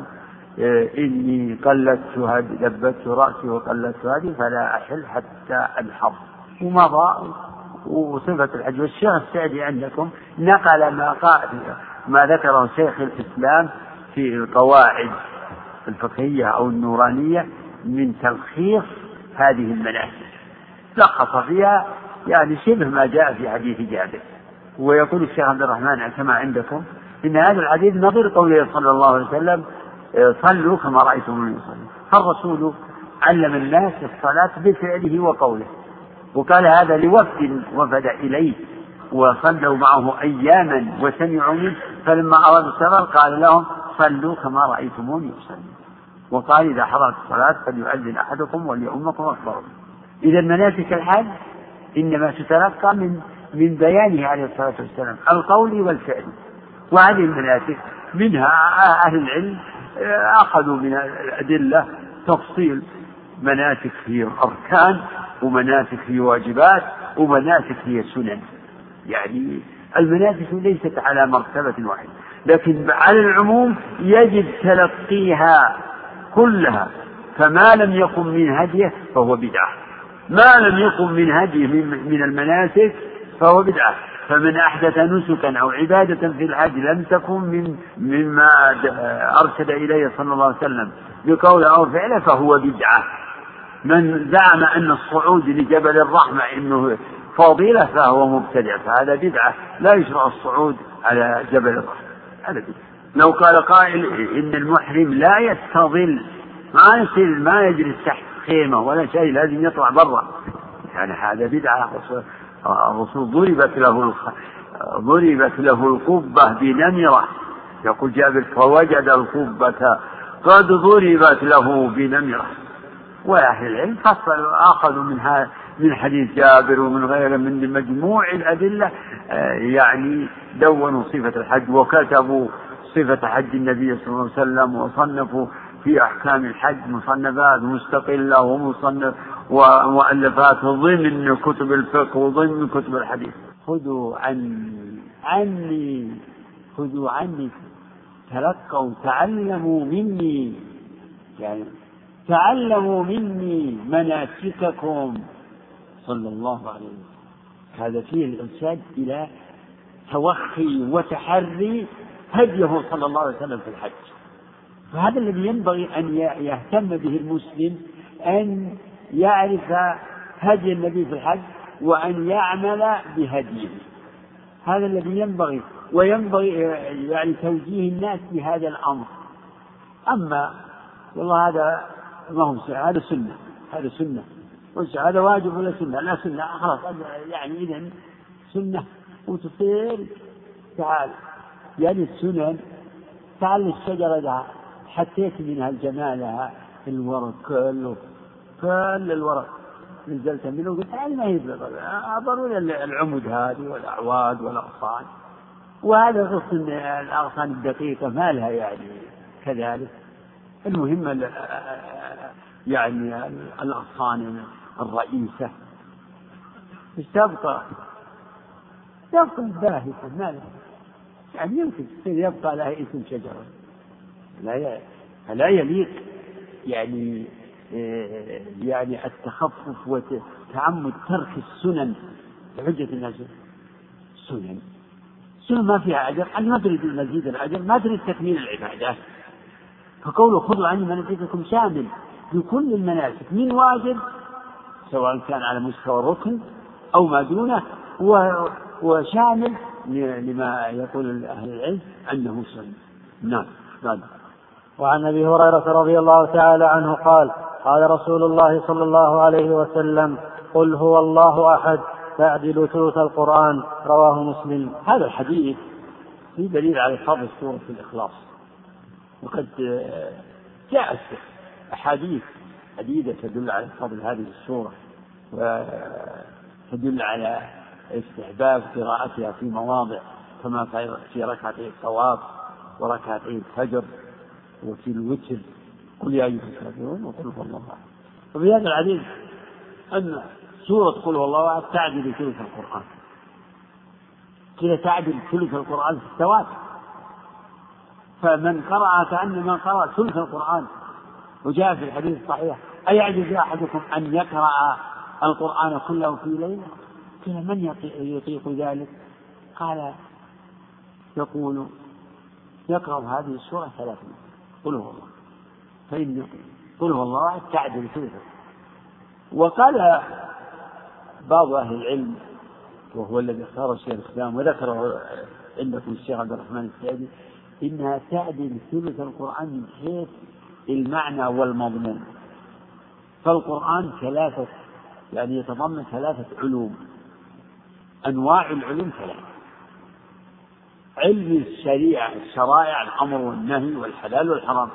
إني قلدت هادي، لبت رأسي وقلدت هادي فلا أحل حتى أنحر. ومضى وصفة الحج. والشيخ السعدي عندكم نقل ما ذكره شيخ الإسلام في القواعد الفقهية أو النورانية من تلخيص هذه المناسك، لخص فيها يعني شبه ما جاء في حديث جابر. ويقول الشيخ عبد الرحمن كما عندكم إن هذا الحديث نظير قوله صلى الله عليه وسلم صلوا كما رأيتم يصلي. فالرسول علم الناس الصلاة بفعله وقوله، وقال هذا لوفد وفد إليه وصلوا معه أياما وسمعوا منه، فلما أرادوا السفر قال لهم صلوا كما رأيتموني يصلي. وقال إذا حضرت الصلاة فليؤذن أحدكم وليؤمكم أكبركم. إذا مناسك الحج إنما تتلقى من بيانه عليه الصلاة والسلام القول والفعل. وهذه المناسك منها أهل العلم أخذوا من الأدلة تفصيل مناسك هي أركان، ومناسك هي واجبات، ومناسك هي سنن. يعني المناسك ليست على مرتبة واحدة، لكن على العموم يجب تلقيها كلها. فما لم يكن من هديه فهو بدعة، ما لم يكن من هديه من المناسك فهو بدعة. فمن أحدث نسكا أو عبادة في الحج لم تكن مما أرشد إليه صلى الله عليه وسلم بقول أو فعله فهو بدعة. من زعم أن الصعود لجبل الرحمة إنه فضيلة فهو مبتدع، فهذا بدعة. لا يشرع الصعود على جبل الرحمة، هذا بدعة. لو قال قائل إن المحرم لا يستظل، ما يجلس تحت خيمة ولا شيء، لازم يطلع برا، يعني هذا بدعة. الرسول ضربت له القبة بنمرة، يقول جابر فوجد القبة قد ضربت له بنمرة. وأهل العلم فصلوا أخذوا من حديث جابر ومن غيره من مجموع الأدلة، يعني دونوا صفة الحج وكتبوا صفة حج النبي صلى الله عليه وسلم، وصنفوا في أحكام الحج مصنفات مستقلة ومؤلفات ضمن كتب الفقه وضمن كتب الحديث. خذوا عني تلقوا تعلموا مني، يعني تعلموا مني مناسككم صلى الله عليه وسلم. هذا فيه الإرشاد إلى توخي وتحري هديه صلى الله عليه وسلم في الحج. فهذا الذي ينبغي أن يهتم به المسلم، أن يعرف هدي النبي في الحج وأن يعمل بهديه. هذا الذي ينبغي، وينبغي يعني توجيه الناس بهذا الأمر. أما والله هذا ما هو هذا سنة، هذا سنة، هذا واجب ولا سنة؟ لا سنة، خلاص يعني إذن سنة وتصير. تعال يعني السنن، تعال الشجرة ده حتيت منها الجمالها، الورق كل الورق نزلت منه وقلت هذه ما هي ضروري العمود هذه والأعواد والأغصان، وهذا غصن الأغصان الدقيقة ما لها يعني كذلك. المهم يعني الأغصان الرئيسة تبقى باهتة ما لها يعني يمكن يبقى لها اسم شجرة. لا يليق يعني التخفف وتعمد ترك السنن بحجة الناس. سنن ما فيها أجر، أن ما تريد المزيد الأجر، ما تريد تكميل العبادات. فقوله خذوا عني مناسككم شامل لكل المناسك من واجب سواء كان على مستوى الركن أو ما دونه، وشامل لما يقول أهل العلم أنه سنة. نعم. وعن أبي هريرة رضي الله تعالى عنه قال قال رسول الله صلى الله عليه وسلم قل هو الله أحد تعدل ثلث القرآن. رواه مسلم. هذا الحديث في دليل على فضل سورة الإخلاص، وقد جاءت أحاديث عديدة تدل على فضل هذه السورة وتدل على استحباب قراءتها في مواضع، كما في ركعتي الطواف وركعتي الفجر وفي الوتر قل يا أيها الكافرون وقل هو الله أحد. وفي هذا الحديث أن سورة قل هو الله أحد تعدل ثلث القرآن، كذا تعدل ثلث القرآن في التواتر. فمن قرأ كأنما قرأ ثلث القرآن. وجاء في الحديث الصحيح أيعجز أحدكم أن يقرأ القرآن كله في ليلة؟ قيل من يطيق ذلك؟ قال يقول يقرأ هذه السورة 3 مرات قل هو الله، فإن قل هو الله أحد تعدل ثلثه. وقال بعض أهل العلم وهو الذي اختاره الشيخ الإسلام وذكره عندكم الشيخ عبد الرحمن السعدي إنها تعدل ثلث القرآن من حيث المعنى والمضمون. فالقرآن يعني يتضمن 3 علوم، أنواع العلوم 3: علم الشرائع الأمر والنهي والحلال والحرام،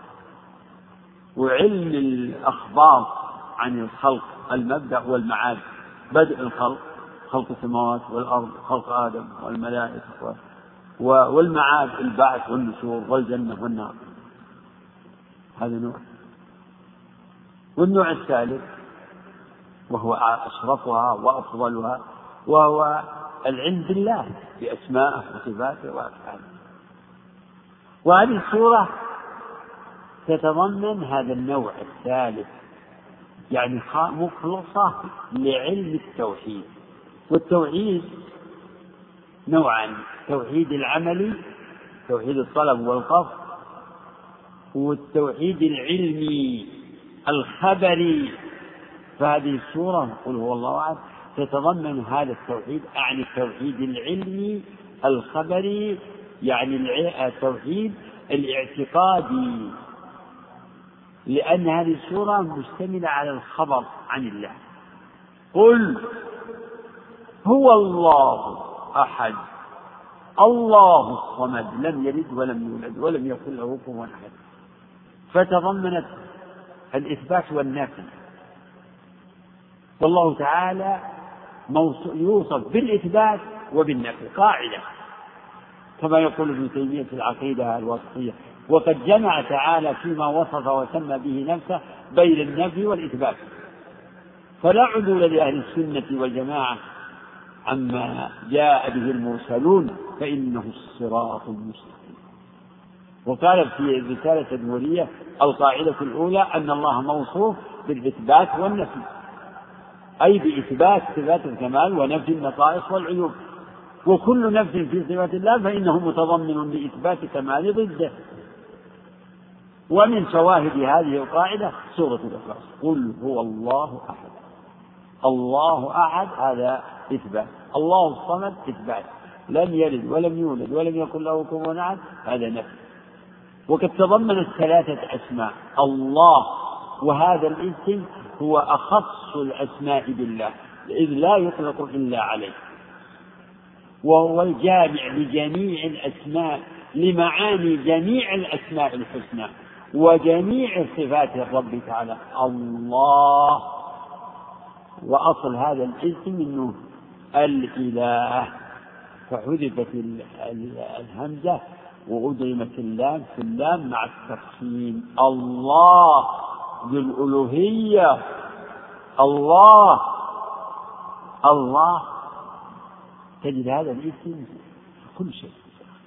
وعلم الأخبار عن الخلق المبدأ والمعاد، بدء الخلق، خلق السماوات والأرض، خلق آدم والملائكة، والمعاد البعث والنشور والجنة والنار. هذا نوع. والنوع الثالث وهو أشرفها وأفضلها وهو العلم بالله بأسمائه وصفاته وأفعاله. وهذه السورة تتضمن هذا النوع الثالث، يعني مخلصة لعلم التوحيد. والتوحيد نوعان: توحيد العملي، توحيد الطلب والقصد، والتوحيد العلمي الخبري. فهذه السورة قل هو الله أحد تتضمن هذا التوحيد، أعني التوحيد العلمي الخبري، يعني التوحيد الاعتقادي، لأن هذه السورة مشتملة على الخبر عن الله. قل هو الله أحد الله الصمد لم يلد ولم يولد ولم يكن له كفوا أحد. فتضمنت الإثبات والنفي، والله تعالى يوصف بالإثبات وبالنفي قاعدة، كما يقول ابن تيمية في العقيدة الواسطية: وقد جمع تعالى فيما وصف وسمى به نفسه بين النفي والإثبات. فلا عدول لأهل السنة والجماعة عما جاء به المرسلون، فإنه الصراط المستقيم. وقال في الرسالة التدمرية القاعدة الأولى أن الله موصوف بالإثبات والنفي، أي بإثبات صفات الكمال ونفي النقائص والعيوب، وكل نفس في صفات الله فإنه متضمن لإثبات كمال ضده. ومن شواهد هذه القاعدة سورة الإخلاص: قل هو الله أحد. الله أحد هذا إثبات، الله الصمد إثبات، لم يلد ولم يولد ولم يكن له كفوا أحد هذا نفي. وقد تضمنت 3 أسماء الله، وهذا الاسم هو أخص الأسماء بالله إذ لا يطلق إلا عليه، وهو الجامع لجميع الأسماء لمعاني جميع الأسماء الحسنى وجميع صفات الرب تعالى الله. وأصل هذا الاسم منه الإله، فحذفت الهمزة وأدغمت اللام في اللام مع التفخيم. الله ذو الألوهية، الله الله، تجد هذا الاسم في كل شيء.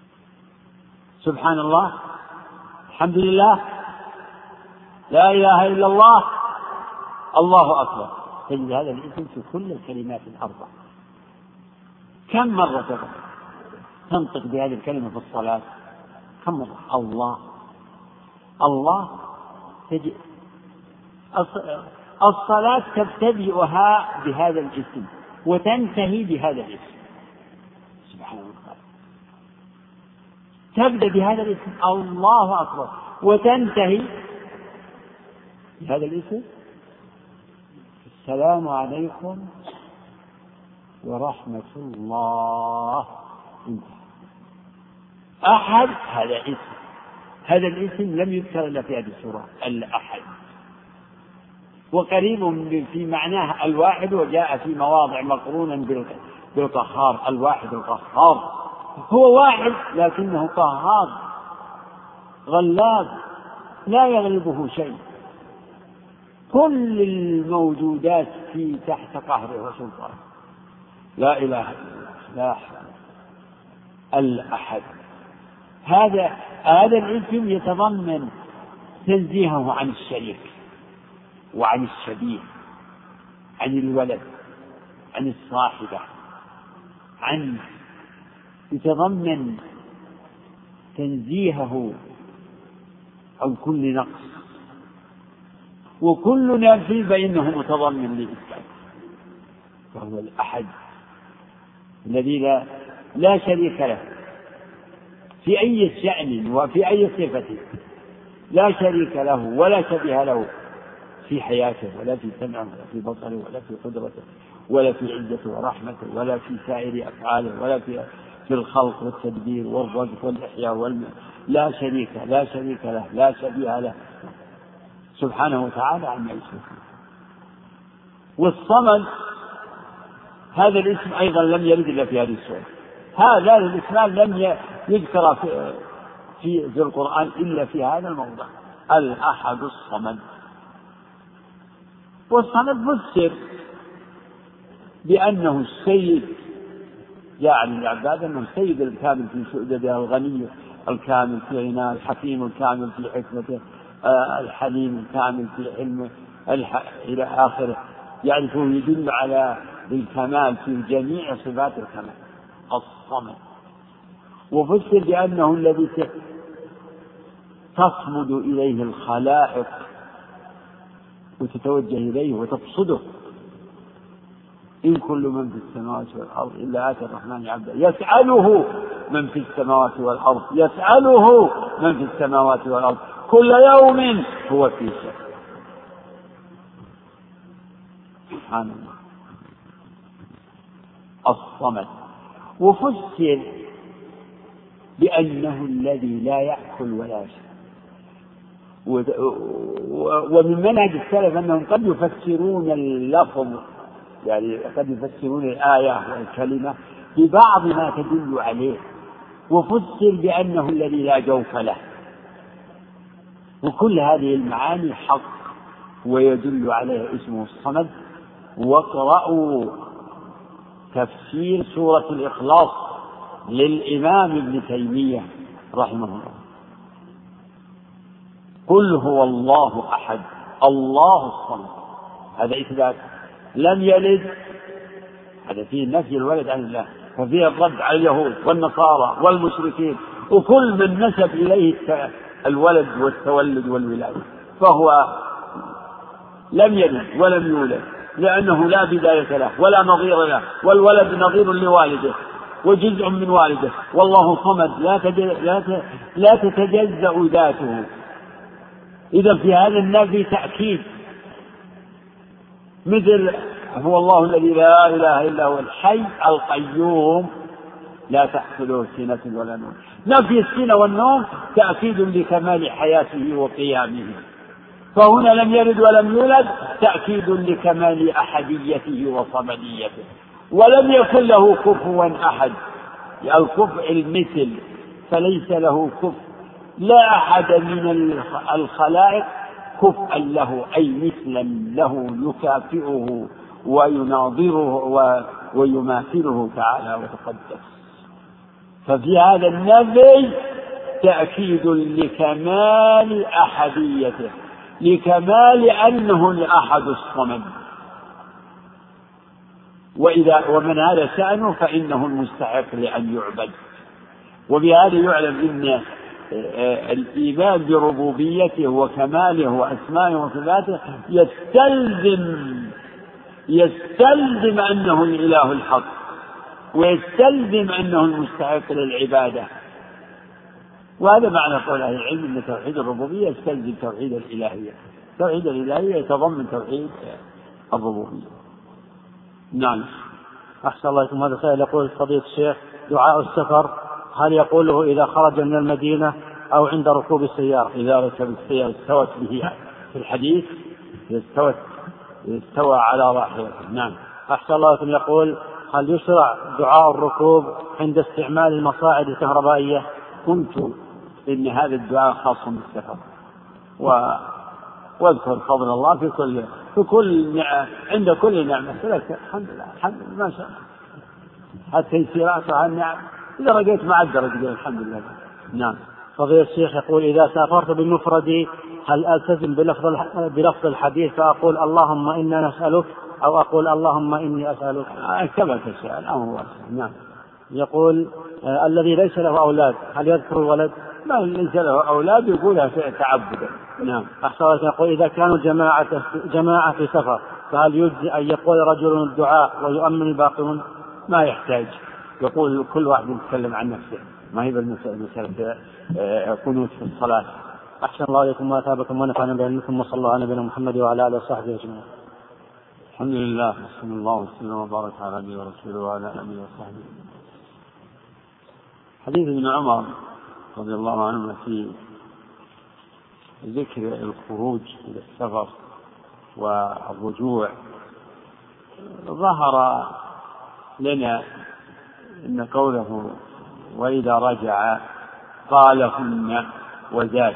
سبحان الله، الحمد لله، لا إله إلا الله، الله أكبر، تجد هذا الاسم في كل الكلمات الأربع. كم مرة تنطق بهذه الكلمة في الصلاة؟ كم مرة؟ الله الله. تجد الصلاة تبتدئها بهذا الاسم وتنتهي بهذا الاسم. سبحان الله، تبدأ بهذا الاسم الله أكبر وتنتهي بهذا الاسم السلام عليكم ورحمة الله. أحد هذا اسم، هذا الاسم لم يذكر إلا في هذه السورة الأحد، وقريب في معناه الواحد، وجاء في مواضع مقرونا بالقهار. الواحد القهار، هو واحد لكنه قهار غلاب لا يغلبه شيء، كل الموجودات في تحت قهره وسلطانه. لا إله إلا الله، لا حول. الأحد هذا الاسم يتضمن تنزيهه عن الشريك وعن الشبيه، عن الولد، عن الصاحبة، يتضمن تنزيهه عن كل نقص، وكل نفي فإنه متضمن للإثبات. وهو الأحد الذي لا شريك له في أي شأن وفي أي صفة، لا شريك له ولا شبيه له في حياته ولا في سمعه ولا في بصره ولا في قدرته ولا في عزته ورحمته ولا في سائر أفعاله ولا في الخلق والتدبير والرزق والإحياء لا شريك له لا شبيه له سبحانه وتعالى عما يشركون. والصمد هذا الاسم أيضا لم يرد إلا في هذه السورة. هذا الاسم لم يذكر في القرآن إلا في هذا الموضع، الأحد الصمد. والصمد فسر بأنه السيد، يعني العباد أنه السيد الكامل في سؤدده، الغني الكامل في غناه، الحكيم الكامل في حكمته، الحليم الكامل في علمه إلى آخره. يعني هو يدل على الكمال في جميع صفات الكمال الصمد. وفسر بأنه الذي تصمد إليه الخلائق وتتوجه إليه وتقصده. إن كل من في السماوات والأرض إلا آتي الرحمن عبدا يسأله من في السماوات والأرض، يسأله من في السماوات والأرض كل يوم هو في شأن. سبحان الله الصمد. وفسر بأنه الذي لا يأكل ولا يشرب. ومن منهج السلف أنهم قد يفسرون اللفظ، يعني قد يفسرون الآية والكلمة ببعض ما تدل عليه، وفسر بأنه الذي لا جوف له. وكل هذه المعاني حق ويدل عليه اسمه الصمد. واقرأوا تفسير سورة الإخلاص للإمام ابن تيمية رحمه الله، قل هو الله أحد الله الصمد، هذا إثبات. لم يلد، هذا فيه نفي الولد عن الله، ففيه الرد على اليهود والنصارى والمشركين وكل من نسب إليه الولد والتولد والولادة، فهو لم يلد ولم يولد، لأنه لا بداية له ولا نظير له، والولد نظير لوالده وجزء من والده، والله صمد لا تتجزأ ذاته. إذا في هذا النفي تأكيد، مثل هو الله الذي لا إله إلا هو الحي القيوم لا تأخذه سنة ولا نوم. نفي السنة والنوم تأكيد لكمال حياته وقيامه، فهنا لم يلد ولم يولد تأكيد لكمال أحديته وصمديته. ولم يكن له كفوا أحد، الكفء المثل، فليس له كفء، لا أحد من الخلائق كفءا له أي مثلا له يكافئه ويناظره ويماثله تعالى وتقدس. ففي هذا النفي تأكيد لكمال أحديته، لكمال أنه الأحد الصمد، ومن هذا شأنه فإنه المستحق لأن يعبد. وبهذا يعلم أن الإيمان بربوبيته وكماله وأسمائه وصفاته يستلزم أنه الإله الحق، ويستلزم أنه المستحق للعبادة. وهذا معنى قول أهل العلم أن توحيد الربوبية يستلزم توحيد الإلهية، توحيد الإلهية يتضمن توحيد الربوبية. نعم. أحسن الله إليكم. هذا سائل يقول فضيلة الشيخ دعاء السفر هل يقوله إذا خرج من المدينة أو عند ركوب السيارة؟ إذا ركب السيارة استوت به في الحديث، استوى على راحلته. نعم. أحسن الله إليكم. يقول هل يشرع دعاء الركوب عند استعمال المصاعد الكهربائية؟ قلت إن هذا الدعاء خاص بالسفر، واذكر فضل الله في كل نعمة، عند كل نعمة الحمد لله ما شاء الله، حتى تيسيراتها النعم إذا رجيت مع الدرجة الحمد لله. نعم. فضيلة الشيخ يقول إذا سافرت بالمفرد هل ألتزم بلفظ الحديث فأقول اللهم إنا نسألك أو أقول اللهم إني أسألك؟ كما تسأل أمر واسع. نعم. يقول الذي ليس له أولاد هل يذكر الولد؟ ما ليس له أولاد يقولها تعبدا. نعم. أحسن الله. يقول إذا كانوا جماعة في سفر فهل يجزي أن يقول رجل الدعاء ويؤمن الباقون؟ ما يحتاج، يقول كل واحد يتكلم عن نفسه، ما هي بالمسألة قنوت في الصلاة. أحسن الله إليكم وأثابكم ونفعنا بعلمكم، وصلى الله على نبينا محمد وعلى آله وصحبه أجمعين. الحمد لله، صلى الله وسلم وبارك على نبينا ورسوله وعلى آله وصحبه. حديث ابن عمر رضي الله عنه في ذكر الخروج إلى السفر والرجوع ظهر لنا إن قوله وإذا رجع قالهن وزاد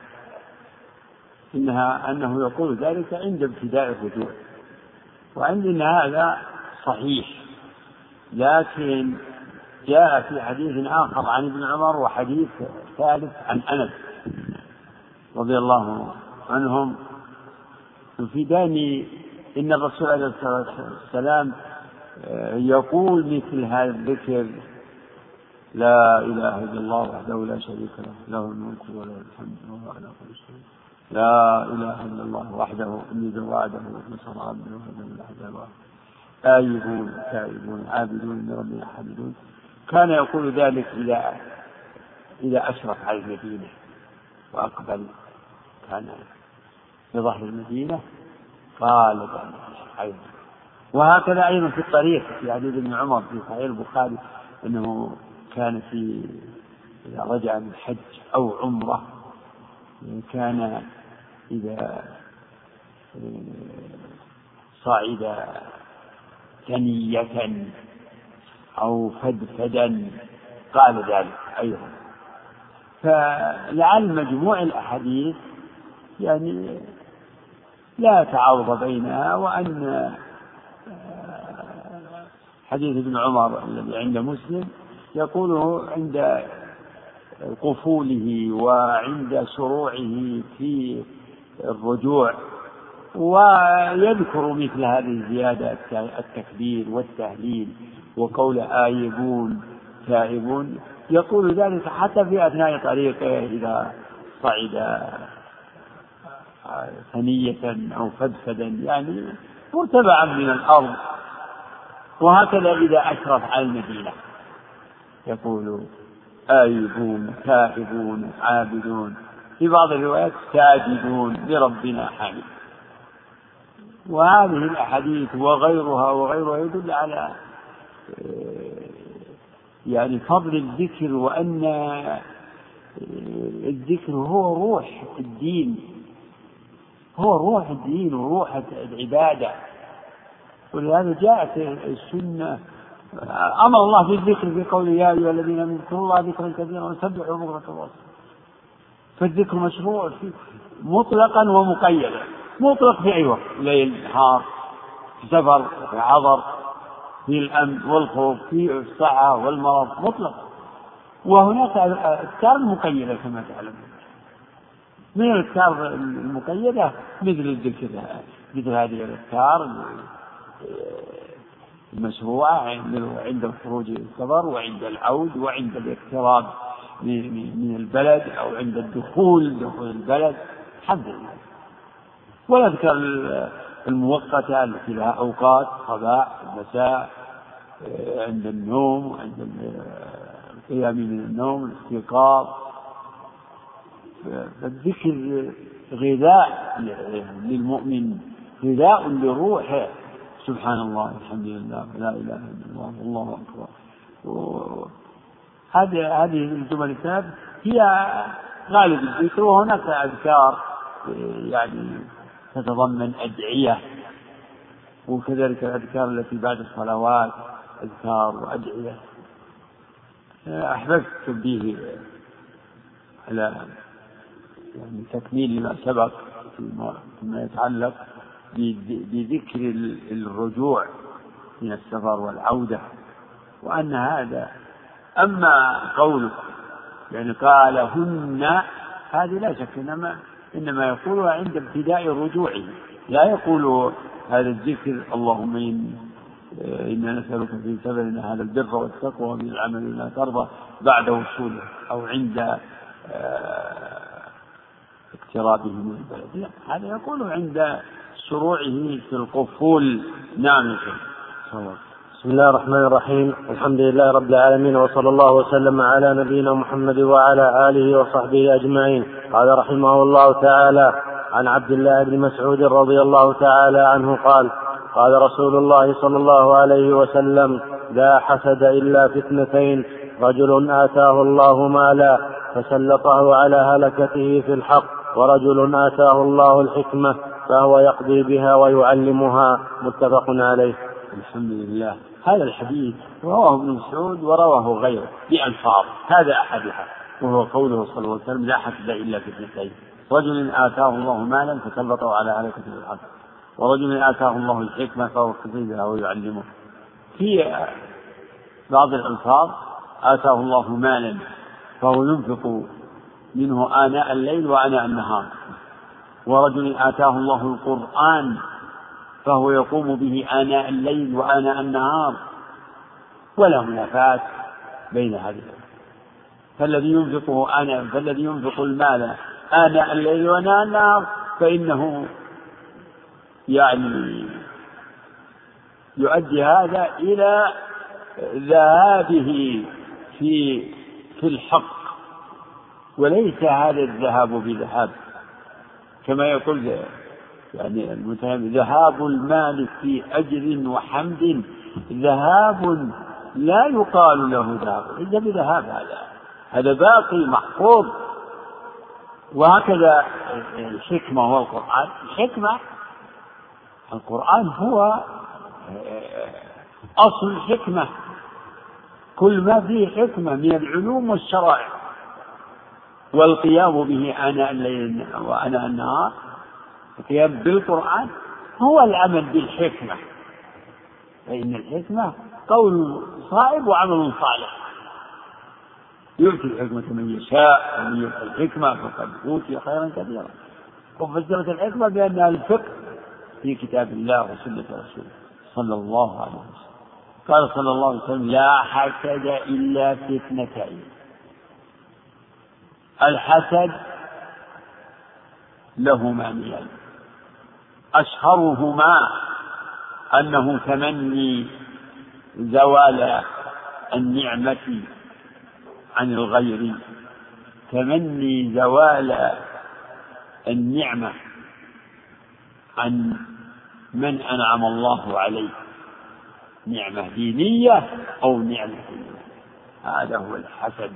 أنه يقول ذلك عند ابتداء الرجوع، وعندنا هذا صحيح، لكن جاء في حديث آخر عن ابن عمر وحديث ثالث عن أنس رضي الله عنهم يفيدان إن الرسول عليه الصلاة والسلام يقول مثل هذا الذكر: لا إله إلا الله وحده لا شريك له، له الملك وله الحمد وهو على كل شيء، لا إله إلا الله وحده أميد وعده ونصر عبده وهدى الأحزاب، آيبون تائبون عابدون لربنا حامدون. كان يقول ذلك إذا أشرف على المدينة وأقبل، كان بظهر المدينة قال ذلك. وهكذا أيضا في الطريق في حديث ابن عمر في صحيح البخاري أنه كان إذا رجع من حج أو عمرة كان إذا صعد ثنية أو فدفدا قال ذلك أيضا. فلعل مجموع الأحاديث يعني لا تعارض بينها، وأن حديث ابن عمر الذي عند مسلم يقوله عند قفوله وعند شروعه في الرجوع، ويذكر مثل هذه الزيادة التكبير والتهليل وقول آيبون تائبون، يقول ذلك حتى في أثناء طريقه إذا صعد ثنية أو فدفدا يعني مرتفعا من الأرض. وهكذا إذا أشرف على المدينة يقول آيبون تائبون عابدون، في بعض الروايات ساجدون لربنا حميد. وهذه الأحاديث وغيرها يدل على يعني فضل الذكر، وأن الذكر هو روح الدين، هو روح الدين وروح العبادة. ولهذا جاءت السنة أمر الله في الذكر في قوله يا أيها الذين آمنوا اذكروا الله ذكرا كثيرا وسبحوا بكرة وأصيلا. فالذكر مشروع مطلقا ومقيدا. مطلق في أي وقت، ليل نهار، في سفر، في حضر، في الأمن والخوف، في الصحة والمرض، مطلق. وهناك أذكار مقيدة كما تعلم. من الأذكار المقيدة مثل الذكر، مثل هذه الأذكار المشروعة عند الخروج إلى السفر وعند العود وعند الاقتراب من البلد أو عند دخول البلد، الحمد لله. والأذكار المؤقتة التي لها أوقات، صباح مساء، عند النوم، عند القيام من النوم، الاستيقاظ. فالذكر غذاء للمؤمن، غذاء لروحه. سبحان الله الحمد لله لا إله إلا الله والله أكبر. هذه الجمل الثلاث هي غالب الذكر. وهناك أذكار يعني تتضمن أدعية، وكذلك الأذكار التي بعد الصلوات أذكار وأدعية. أحببت تنبيه على يعني تكميل لما سبق فيما يتعلق بذكر الرجوع من السفر والعودة، وأن هذا أما قوله يعني قالهن هذه لا شك إنما يقولها عند ابتداء رجوعه، لا يقول هذا الذكر اللهم إنا نسألك في سفرنا هذا البر والتقوى من العمل لا ترضى بعد وصوله أو عند اقترابه من البلد. لا، هذا يقول عند شروعه في القفول. نعم. بسم الله الرحمن الرحيم. الحمد لله رب العالمين، وصلى الله وسلم على نبينا محمد وعلى آله وصحبه أجمعين. قال رحمه الله تعالى عن عبد الله بن مسعود رضي الله تعالى عنه قال قال رسول الله صلى الله عليه وسلم لا حسد إلا في اثنتين: رجل آتاه الله مالا فسلطه على هلكته في الحق، ورجل آتاه الله الحكمة فهو يقضي بها ويعلمها. متفق عليه. الحمد لله. هذا الحديث رواه ابن مسعود ورواه غيره بألفاظ، هذا أحدها وهو قوله صلى الله عليه وسلم لا حسد إلا في اثنتين: رجل آتاه الله مالا فسلطه على هلكته في الحق، ورجل آتاه الله الحكمة فهو يقضي بها ويعلمه. في بعض الألفاظ آتاه الله مالا فهو ينفق منه آناء الليل وآناء النهار، ورجل آتاه الله القرآن فهو يقوم به آناء الليل وآناء النهار، ولا منافاة بين هذه. فالذي ينفق المال آناء الليل وآناء النهار فإنه يعني يؤدي هذا إلى ذهابه في الحق، وليس هذا الذهاب بذهاب كما يقول يعني المتهم ذهاب المال في أجر وحمد ذهاب لا يقال له ذهاب إلا بذهاب، هذا باقي محفوظ. وهكذا الحكمة والقرآن. القرآن هو أصل الحكمة، كل ما فيه حكمة من العلوم والشرائع، والقيام به آناء الليل وآناء النهار، القيام بالقرآن هو العمل بالحكمة، فإن الحكمة قول صائب وعمل صالح. يؤتي الحكمة من يشاء ومن يؤتي الحكمة فقد أوتي خيرا كثيرا. وفسرت الحكمة بأنها الفقه في كتاب الله وسنة رسوله صلى الله عليه وسلم. قال صلى الله عليه وسلم: لا حسد إلا في اثنتين. الحسد له معنيان، أشهرهما أنه تمني زوال النعمة عن الغير، تمني زوال النعمة عن من أنعم الله عليه، نعمة دينية أو نعمة دينية. هذا هو الحسد.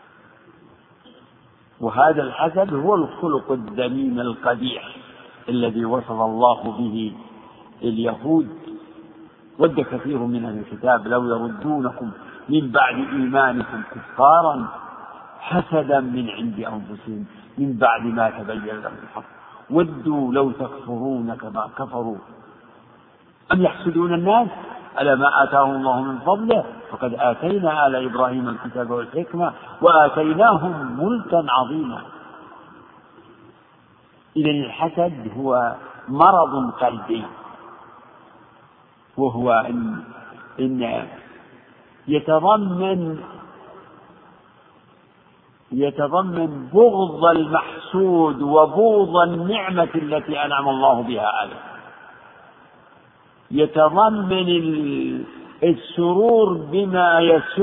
وهذا الحسد هو الخلق الذميم القبيح الذي وصف الله به اليهود: ود كثير من أهل الكتاب لو يردونكم من بعد إيمانكم كفارا حسدا من عند أنفسهم من بعد ما تبين لهم الحق ودوا لو تكفرون كما كفروا أم يحسدون الناس على ما آتاهم الله من فضله فقد آتينا آل إبراهيم الكتاب والحكمة وآتيناهم ملكا عظيما. إذن الحسد هو مرض قلبي، وهو إن يتضمن بغض المحسود وبغض النعمة التي أنعم الله بها عليه، يتضمن السرور بما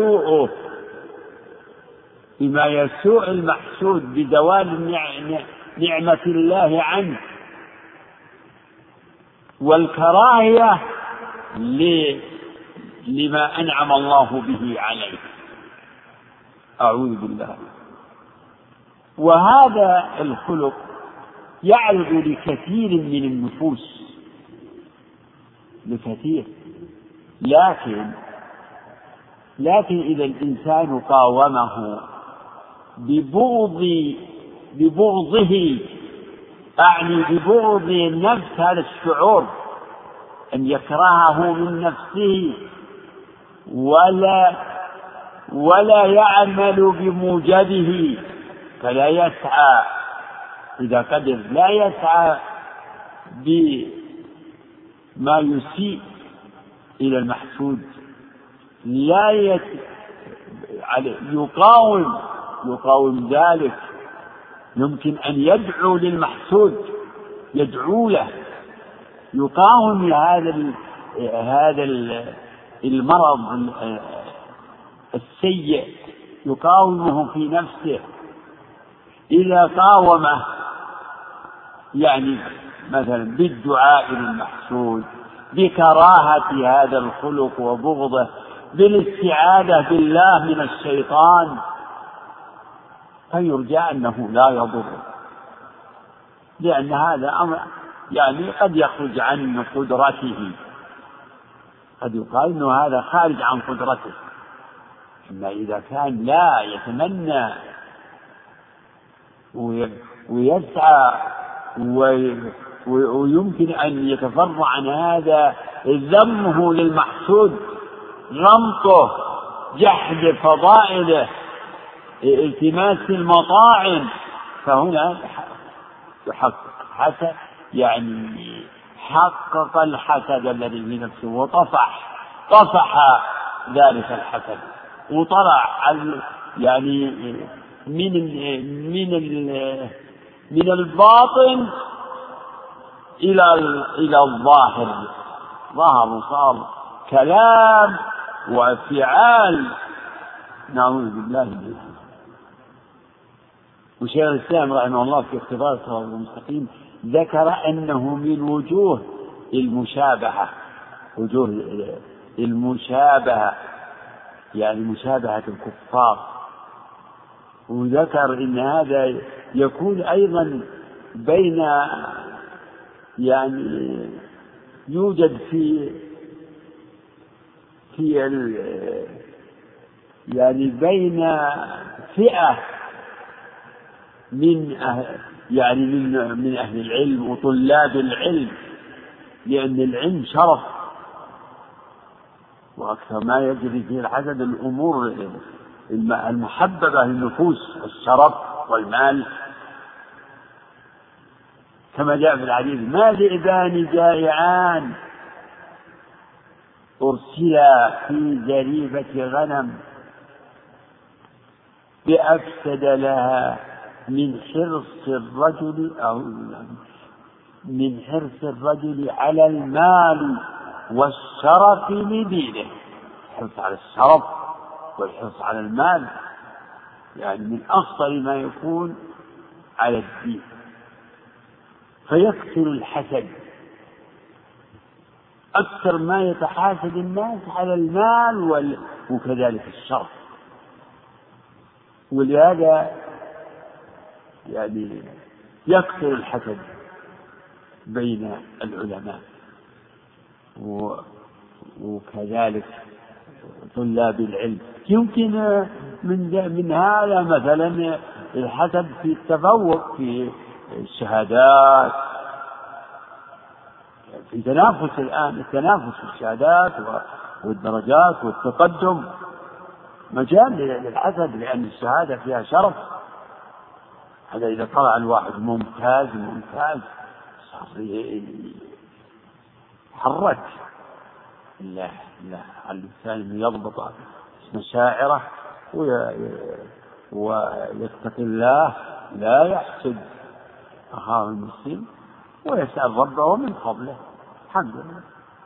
يسوء المحسود بزوال نعمة الله عنه، والكراهية لما أنعم الله به عليه. أعوذ بالله. وهذا الخلق يعرض لكثير من النفوس، لكثير، لكن إذا الإنسان قاومه ببغضه، أعني ببغض النفس، هذا الشعور أن يكرهه من نفسه ولا يعمل بموجبه، فلا يسعى إذا قدر، لا يسعى بما يسيء إلى المحسود، لا يقاوم ذلك. يمكن أن يدعو للمحسود، يدعو له، يقاوم هذا المرض السيء، يقاومه في نفسه. إذا قاومه يعني مثلا بالدعاء للمحسود، بكراهة هذا الخلق وبغضه، بالاستعاذة بالله من الشيطان، فيرجى أنه لا يضر، لأن هذا أمر يعني قد يخرج عن قدرته، قد يقال أنه هذا خارج عن قدرته. أما إذا كان لا يتمنى ويسعى ويمكن أن يتفرع عن هذا ذمه للمحسود، غمطه، جحد فضائله، التماس المطاعم، فهنا يحقق حسد، يعني حقق الحسد الذي في نفسه وطفح ذلك الحسد، وطلع يعني من الباطن إلى الظاهر، ظهر وصار كلام وفعال، نعوذ بالله منه. وشيخ الإسلام رحمه الله في اختبار الصراط المستقيم ذكر أنه من وجوه المشابهة، يعني مشابهة الكفار. وذكر إن هذا يكون أيضا بين، يعني يوجد يعني بين فئة من أهل العلم وطلاب العلم، لأن العلم شرف، وأكثر ما يجري فيه الحسد الأمور المحببة للنفوس الشرف والمال، كما جاء في الحديث: ما ذئبان جائعان أرسلا في زريبة غنم بأفسد لها من حرص الرجل على المال والشرف لدينه. الحرص على الشرف والحرص على المال يعني من أفضل ما يكون على الدين، فيكثر الحسد، أكثر ما يتحاسد الناس على المال وكذلك الشرف. ولهذا يعني يكثر الحسد بين العلماء وكذلك طلاب العلم. يمكن من هذا مثلا الحسد في التفوق في الشهادات، في تنافس الآن، التنافس في الشهادات والدرجات والتقدم مجال للحسد، لأن الشهادة فيها شرف. هذا إذا طلع الواحد ممتاز حرك لا الإنسان يضبط مشاعره ويتقي الله، لا يحسد أخاه المسلم ويسأل ربه من فضله. الحمد لله.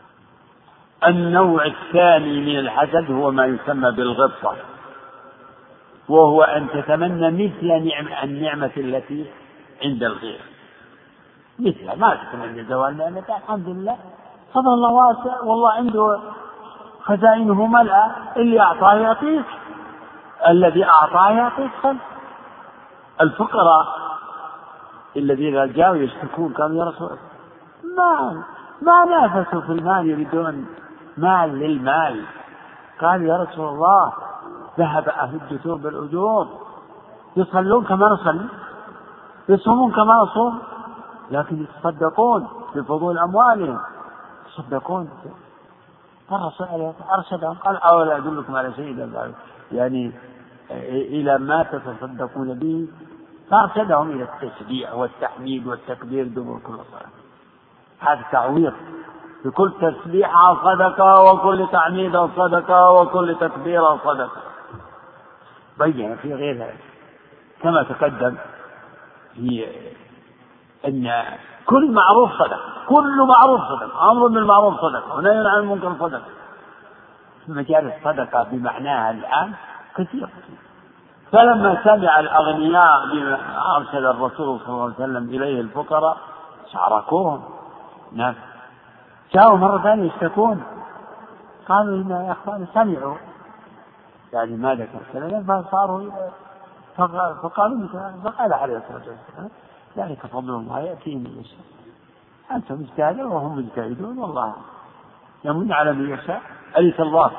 النوع الثاني من الحسد هو ما يسمى بالغبطة، وهو أن تتمنى مثل النعمة التي عند الغير، مثل ما تتمنى زوال نعمته. الحمد لله، فضل الله واسع، والله عنده خزائنه ملأ، اللي أعطاه يعطيك، الذي أعطاه يعطيك خلق. الفقراء الذين جاءوا يشتكون كانوا يا رسول ما نافسوا في المال، يريدون مال للمال. قال يا رسول الله ذهب أهل الدثور بالأجور، يصلون كما نصلي، يصومون كما نصوم، لكن يتصدقون بفضول أموالهم، يتصدقون. الرسول أرشدهم قال: أولا أدلكم على شيء يعني إلى ما تتصدقون به، فأرشدهم إلى التسبيح والتحميد والتكبير دبر كل صلاة. هذا تعويض، بكل تسبيحة صدقة، وكل تحميد صدقة، وكل تكبير صدقة. بين في غير ذلك كما تقدم في أن كل معروف صدقة، كل معروف صدقة، أمر بالمعروف صدقة، ونهي عن المنكر صدقة. مجال الصدقة بمعناها الآن كثير. فلما سمع الأغنياء بما أرسل الرسول صلى الله عليه وسلم إليه الفقراء شاركوهم. نعم، جاءوا مرة ثانية يشتكون، قالوا إن يا أخوان سمعوا يعني ما ذكر كلام، فصاروا فقالوا فقال عليه الصلاة والسلام: ذلك فضل الله يأتي من يشاء. أنتم مجتهدون وهم مجتهدون، والله يمن على من يشاء. أليس الله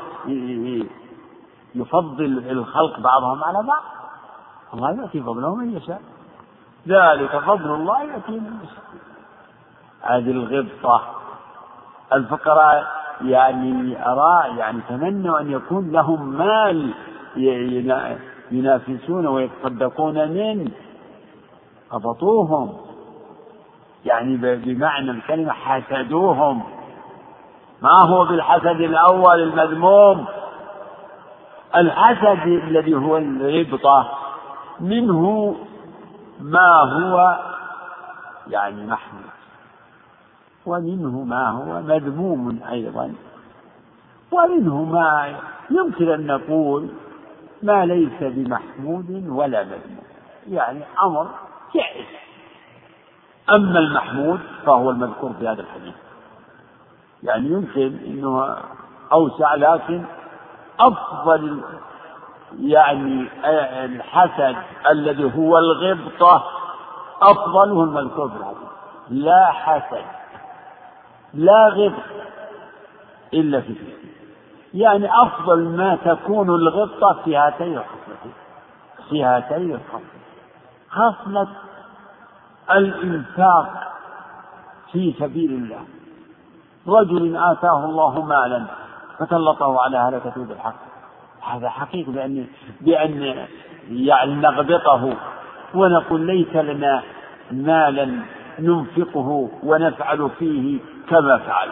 يفضل الخلق بعضهم على بعض؟ الله يأتي فضله من يشاء، ذلك فضل الله يأتي من يشاء. هذه الغبطة. الفقراء يعني تمنوا أن يكون لهم مال ينافسون ويتصدقون منه، غبطوهم، يعني بمعنى الكلمة حسدوهم. ما هو بالحسد الأول المذموم. الحسد الذي هو الغبطة منه ما هو يعني محمود، ومنه ما هو مذموم أيضا، ومنه ما يمكن أن نقول ما ليس بمحمود ولا مذموم، يعني أمر جائز. أما المحمود فهو المذكور في هذا الحديث، يعني يمكن أنه أوسع، لكن أفضل يعني الحسد الذي هو الغبطة أفضله المذكور في الحديث. لا حسد لا غبط إلا في ذلك، يعني أفضل ما تكون الغبطة في هاتين الخصلتين، خصلة الإنفاق في سبيل الله. رجل آتاه الله مالا فسلطه على هلكته بالحق هذا حقيقي بأن يعني نغبطه ونقول ليس لنا مالا ننفقه ونفعل فيه كما فعل.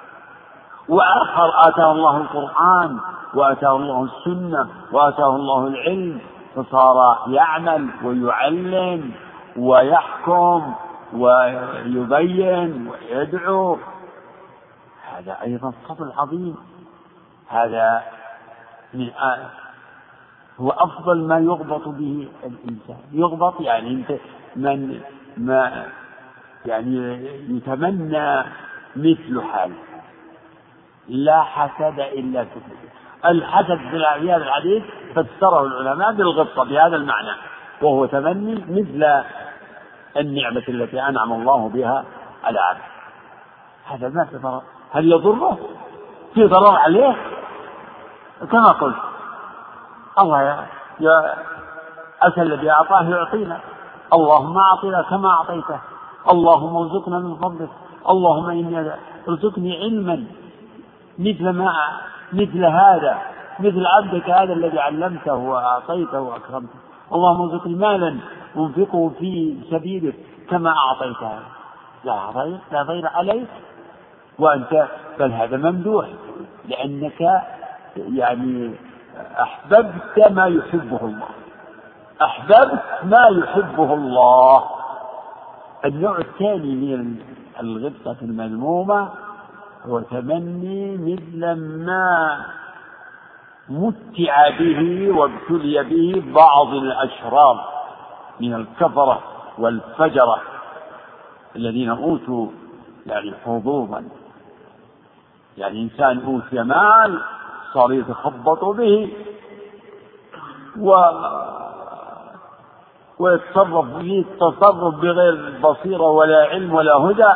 وآخر آتاه الله القرآن وآتاه الله السنة وآتاه الله العلم فصار يعمل ويعلم ويحكم ويبين ويدعو، هذا أيضا فضل عظيم. هذا من هو أفضل ما يغبط به الإنسان. يغبط يعني من ما يعني يتمنى مثل حاله. لا حسد إلا في الحسد في هذا الحديث فسره العلماء بالغبطة بهذا المعنى، وهو تمني مثل النعمة التي أنعم الله بها على عبده. هذا ما في ضرر. هل يضره؟ في ضرر عليه؟ كما قلت الله أتى الذي أعطاه يعطينا. اللهم أعطنا كما أعطيته، اللهم ارزقنا من فضلك، اللهم إني ارزقني علما مثل هذا، مثل عبدك هذا الذي علمته وأعطيته وأكرمته، اللهم ارزقني مالا أنفقه في سبيلك كما أعطيته. لا ضير عليك وأنت، بل هذا ممدوح لأنك يعني أحببت ما يحبه الله، أحببت ما يحبه الله. النوع الثاني من الغبطة المذمومة هو تمني مثل ما متع به وابتلي به بعض الأشرار من الكفرة والفجرة الذين أوتوا يعني حظوظا. يعني إنسان أوتي مال صار يتخبط به ويتصرف به تصرف بغير بصيرة ولا علم ولا هدى،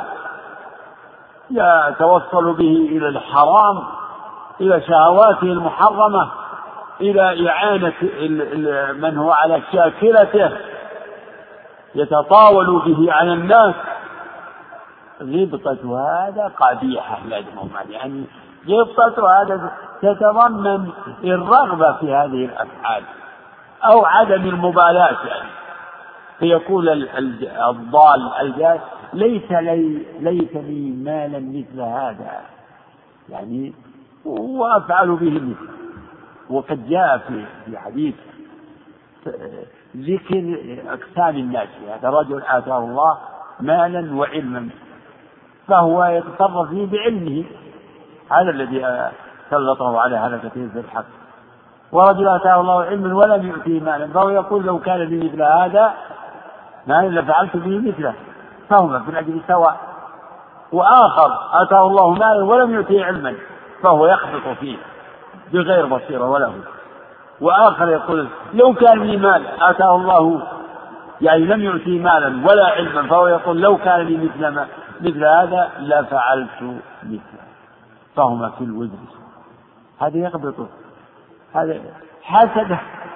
يتوصل به إلى الحرام، إلى شهواته المحرمة، إلى إعانة من هو على شاكلته، يتطاول به على الناس. غبطة هذا قبيحة لازم، يعني غبطة هذا تتضمن الرغبة في هذه الأفعال أو عدم المبالاة، يعني فيقول الضال الجاهل ليس لي مالا مثل هذا، يعني وأفعل به مثله. وقد جاء في حديث ذكر أقسام الناس، هذا رجل آتاه الله مالا وعلما فهو يتصرف فيه بعلمه، هذا الذي سلطه على هلكة الحق. ورجل آتاه الله علما ولم يؤتيه مالا فهو يقول لو كان لي مثل هذا ما لفعلت به مثله، فهما في الأجر سواء. وآخر آتاه الله مالا ولم يؤتيه علما فهو يخبط فيه بغير بصيرة ولا هو. وآخر يقول لو كان لي مال آتاه الله يعني لم يؤتيه مالا ولا علما فهو يقول لو كان لي مثل هذا لفعلت مثله، فهما في الوزر. هذا يغبطه، هذا حسده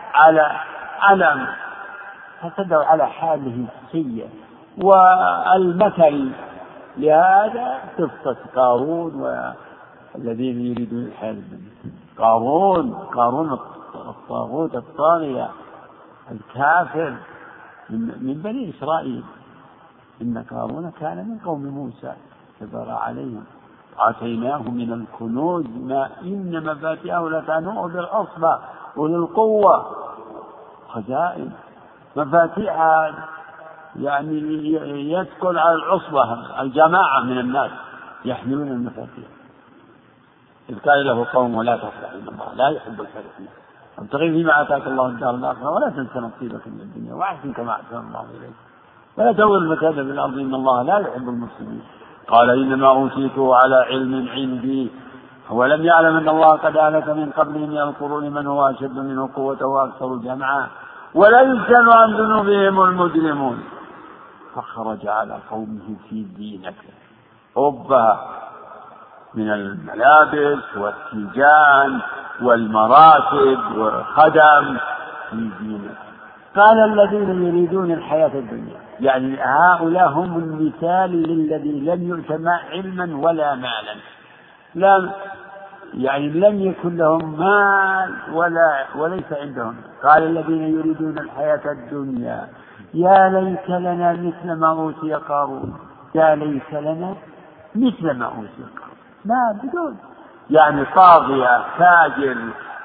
على حاله السيئة. والمثل لهذا قصة قارون والذين يريدون الحياة الدنيا. قارون الطاغوت الطاغية الكافر من بني إسرائيل. إن قارون كان من قوم موسى فبغى عليهم آتيناه من الكنوز ما إن مفاتحه لتنوء بالعصبة أولي القوة. خزائن مفاتيحها يعني يدخل على العصبة الجماعة من الناس يحملون المفاتيح. إذ قال له قوم ولا تفرح إن الله لا يحب الفرحين وابتغي فيما آتاك الله الدار الآخرة ولا تنس نصيبك من الدنيا وأحسن كما أحسن الله إليك ولا تبغ الفساد في الأرض إن الله لا يحب المفسدين. قال إنما أوتيته على علم عندي ولم يعلم أن الله قد أهلك من قبله من القرون من هو أشد منه قوة وأكثر جمعا ولا يسأل عن ذنوبهم المجرمون. فخرج على قومه في زينته حبها من الملابس والتيجان والمراتب والخدم في زينته. قال الذين يريدون الحياة الدنيا يعني هؤلاء هم المثال للذي لم يؤت علما ولا مالا. لا يعني لم يكن لهم مال وليس عندهم. قال الذين يريدون الحياة الدنيا يا ليت لنا مثل ما أوتي قارون، يا ليت لنا مثل ما أوتي قارون، ما بدون يعني طاغية فاجر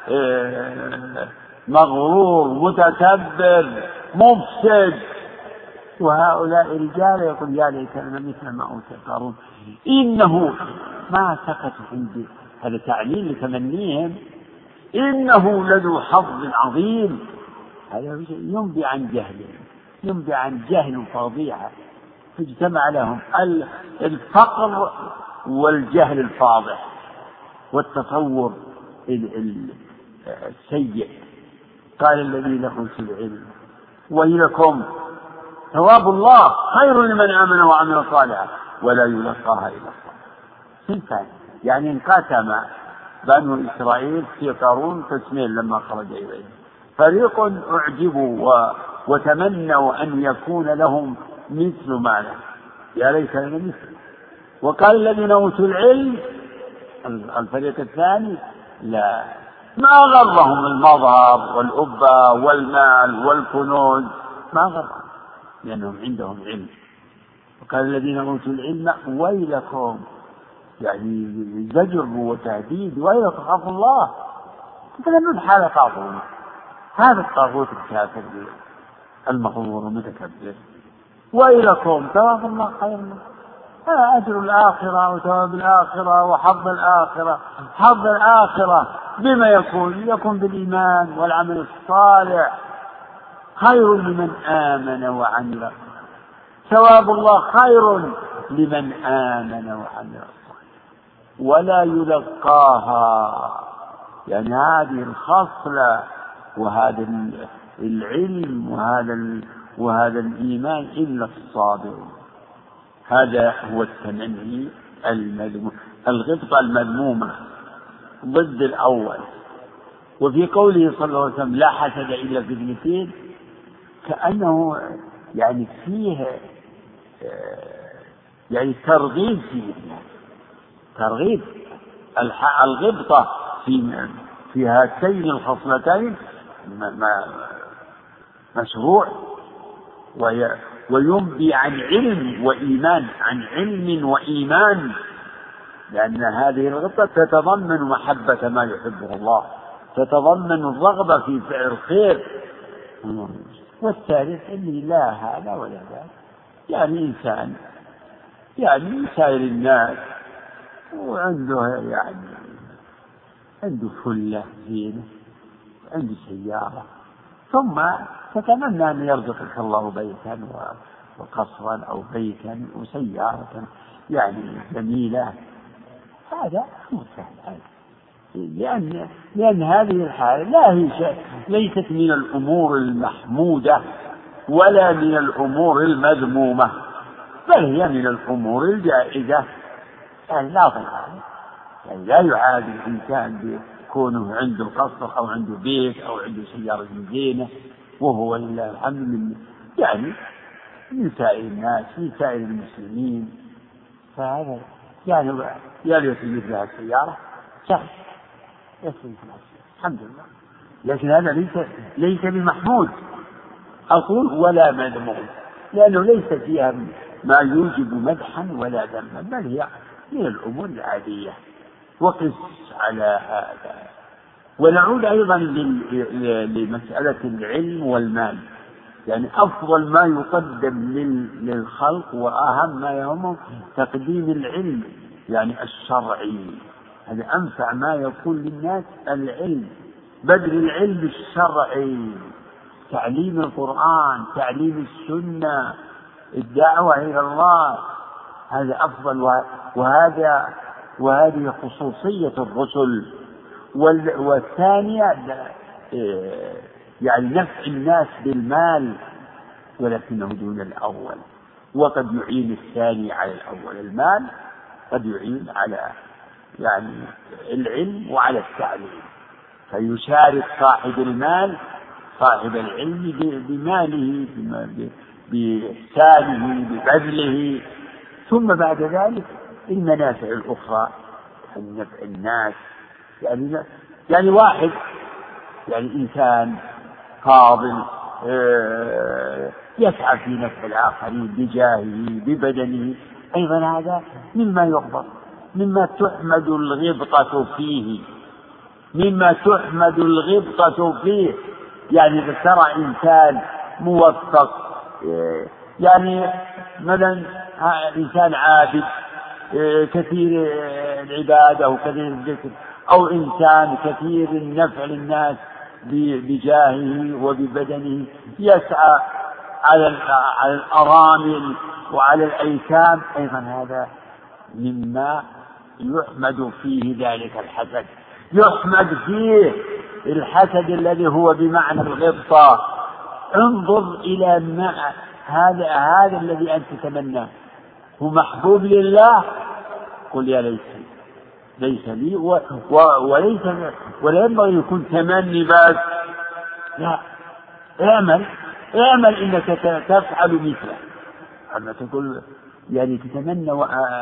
مغرور متكبر مفسد، وهؤلاء رجال يقول يا ليت لنا مثل ما أوتي قارون إنه ما سكت عندي، هذا تعليل لتمنيهم، إنه لذو حظ عظيم. هذا ينبي عن جهلهم، ينبي عن جهل فظيعة اجتمع لهم الفقر والجهل الفاضح والتصور السيء. قال الذين أوتوا العلم ويلكم ثواب الله خير لمن آمن وعمل صالحا ولا يلقاها إلا الصابرون. يعني انقسم بنو إسرائيل في قارون قسمين لما خرج إليه، فريق أعجبوا وتمنوا أن يكون لهم مثل ما له، يا ليت لنا مثل. وقال الذين أوتوا العلم الفريق الثاني لا، ما غرهم المظهر والأبة والمال والكنوز، ما غرهم لأنهم عندهم علم. وقال الذين أوتوا العلم ويلكم، يعني زجر وتهديد، ويلكم خافوا الله، فلم حال طاغوت، هذا الطاغوت الكافر المغرور المتكبر. ويلكم ثواب الله خير منه، أجر الآخرة وثواب الآخرة وحظ الآخرة. حظ الآخرة بما يكون بالإيمان والعمل الصالح، خير لمن آمن وعمل، ثواب الله خير لمن آمن وعمل صالحا ولا يلقاها، يعني هذه الخصلة وهذا العلم وهذا الإيمان إلا الصابرون. هذا هو التمني المذموم، الغبطة المذمومة ضد الأول. وفي قوله صلى الله عليه وسلم لا حسد إلا في اثنتين، كأنه يعني فيه يعني ترغيب فيه، ترغيب. الغبطة في هاتين الخصلتين مشروع، وينبي عن علم وإيمان، عن علم وإيمان، لأن هذه الغبطة تتضمن محبة ما يحبه الله، تتضمن الرغبة في فعل الخير. والثالث اللي لا هذا ولا ذاك، يعني إنسان يعني سائر الناس وعنده يعني عنده فلة زينة، عنده سيارة، ثم تتمنى أن يرزقك الله بيتا وقصرا أو بيتا وسيارة يعني جميلة، هذا مو سهل، لأن هذه الحالة لا هي شيء، ليست من الأمور المحمودة ولا من الأمور المذمومة، بل هي من الأمور الجائزة. يعني لا ضرر، يعني لا يعاد الإنسان بكونه عنده قصر أو عنده بيت أو عنده سيارة زينة وهو لله الحمد من يعني من سائر الناس من سائر المسلمين، فهذا يعني يسير لها السيارة سهل، يسير لها الحمد لله، لكن هذا ليس بمحمود أقول ولا مذموم، لأنه ليس فيها ما يوجب مدحا ولا ذما، بل هي من الأمور العادية. وقس على هذا. ونعود أيضا لمسألة العلم والمال، يعني أفضل ما يقدم للخلق وأهم ما يهمهم تقديم العلم يعني الشرعي، هذا أنفع ما يكون للناس العلم، بدل العلم الشرعي، تعليم القرآن، تعليم السنة، الدعوة إلى الله، هذا أفضل. وهذه خصوصية الرسل. والثانية يعني نفع الناس بالمال، ولكنه دون الأول، وقد يعين الثاني على الأول، المال قد يعين على يعني العلم وعلى التعليم، فيشارك صاحب المال صاحب العلم بماله بإحسانه ببذله، ثم بعد ذلك المنافع الأخرى، نفع الناس يعني واحد، يعني إنسان فاضل يسعى في نفع الآخرين بجاهه ببدنه، أيضا هذا مما يغبط، مما تحمد الغبطة فيه، مما تحمد الغبطة فيه. يعني إذا ترى إنسان موفق، يعني مثلا إنسان عابد كثير العبادة وكثير الذكر، أو إنسان كثير النفع للناس بجاهه وببدنه، يسعى على الأرامل وعلى الأيتام، أيضا هذا مما يحمد فيه ذلك الحسد، يحمد فيه الحسد الذي هو بمعنى الغبطة. انظر إلى ما هذا الذي أنت تتمناه هو محبوب لله، قل يا ليس لي وليس، ولا ينبغي يكون تمني بس، لا، اعمل إنك تفعل مثله. أما تقول يعني تتمنى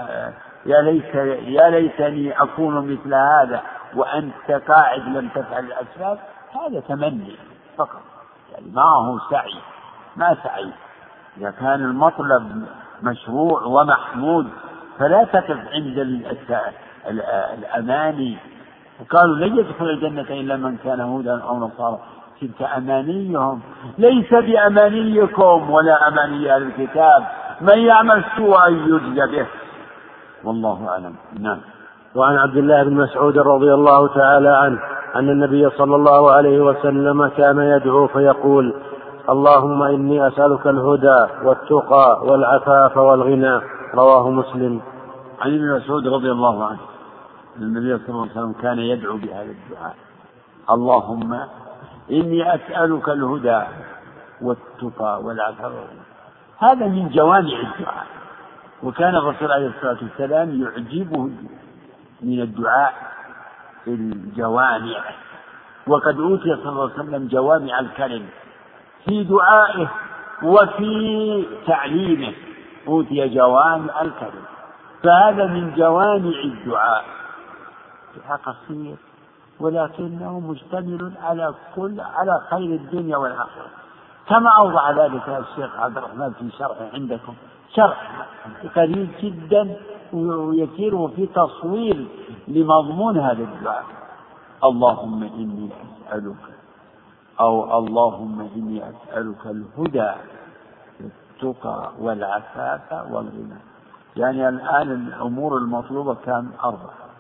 يا ليتني أكون مثل هذا وأنت قاعد لم تفعل الأسباب، هذا تمني فقط، يعني معه سعي، ما سعي. إذا كان المطلب مشروع ومحمود فلا تقف عند الأماني. وقالوا لن يدخل الجنة إلا من كان هودا أو نصارى، تلك أمانيهم ليس بأمانيكم ولا أماني أهل الكتاب، من يعمل سوءا يجزى به، والله أعلم. نعم. وعن عبد الله بن مسعود رضي الله تعالى عنه أن النبي صلى الله عليه وسلم كان يدعو فيقول: اللهم إني أسألك الهدى والتقى والعفاف والغنى. رواه مسلم. عن ابن مسعود رضي الله عنه أن النبي صلى الله عليه وسلم كان يدعو بهذا الدعاء: اللهم إني أسألك الهدى والتقى والعفاف والغنى. هذا من جوامع الدعاء، وكان الرسول عليه الصلاة والسلام يعجبه من الدعاء الجوامع، وقد أوتي صلى الله عليه وسلم جوامع الكلم في دعائه وفي تعليمه، أوتي جوامع الكلم، فهذا من جوامع الدعاء. دعاء قصير ولكنه مشتمل على خير الدنيا والآخرة، كما أوضح ذلك الشيخ عبد الرحمن في شرحه عندكم، شرح قريب جدا ويسير في تصوير لمضمون هذا الدعاء: اللهم إني أسألك، أو اللهم إني أسألك الهدى والتقى والعفاف والغنى. يعني الآن الأمور المطلوبة كان 4،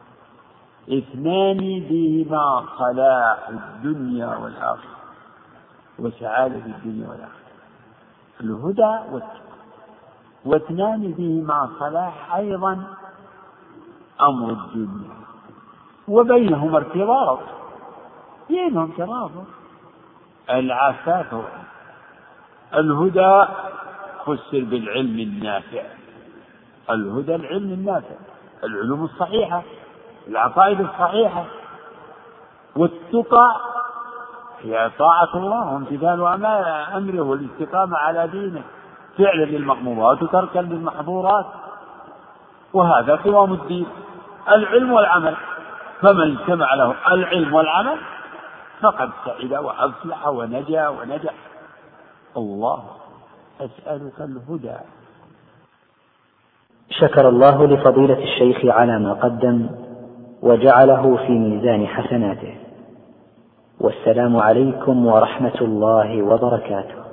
2 بهما صلاح الدنيا والآخرة وسعادة الدنيا والآخرة، الهدى والتقى، و2 بهما صلاح أيضا أمر الدنيا، وبينهما ارتباط، العفاف. الهدى فسر بالعلم النافع، الهدى العلم النافع، العلوم الصحيحة، العقائد الصحيحة. والتقى هي طاعة الله وامتثال أمره والاستقامة على دينه، فعلا للمأمورات وتركا للمحظورات، وهذا قوام الدين. العلم والعمل، فمن اجتمع له العلم والعمل فقد سعد وأفلح ونجا ونجح. الله أسألك الهدى. شكر الله لفضيلة الشيخ على ما قدم وجعله في ميزان حسناته، والسلام عليكم ورحمة الله وبركاته.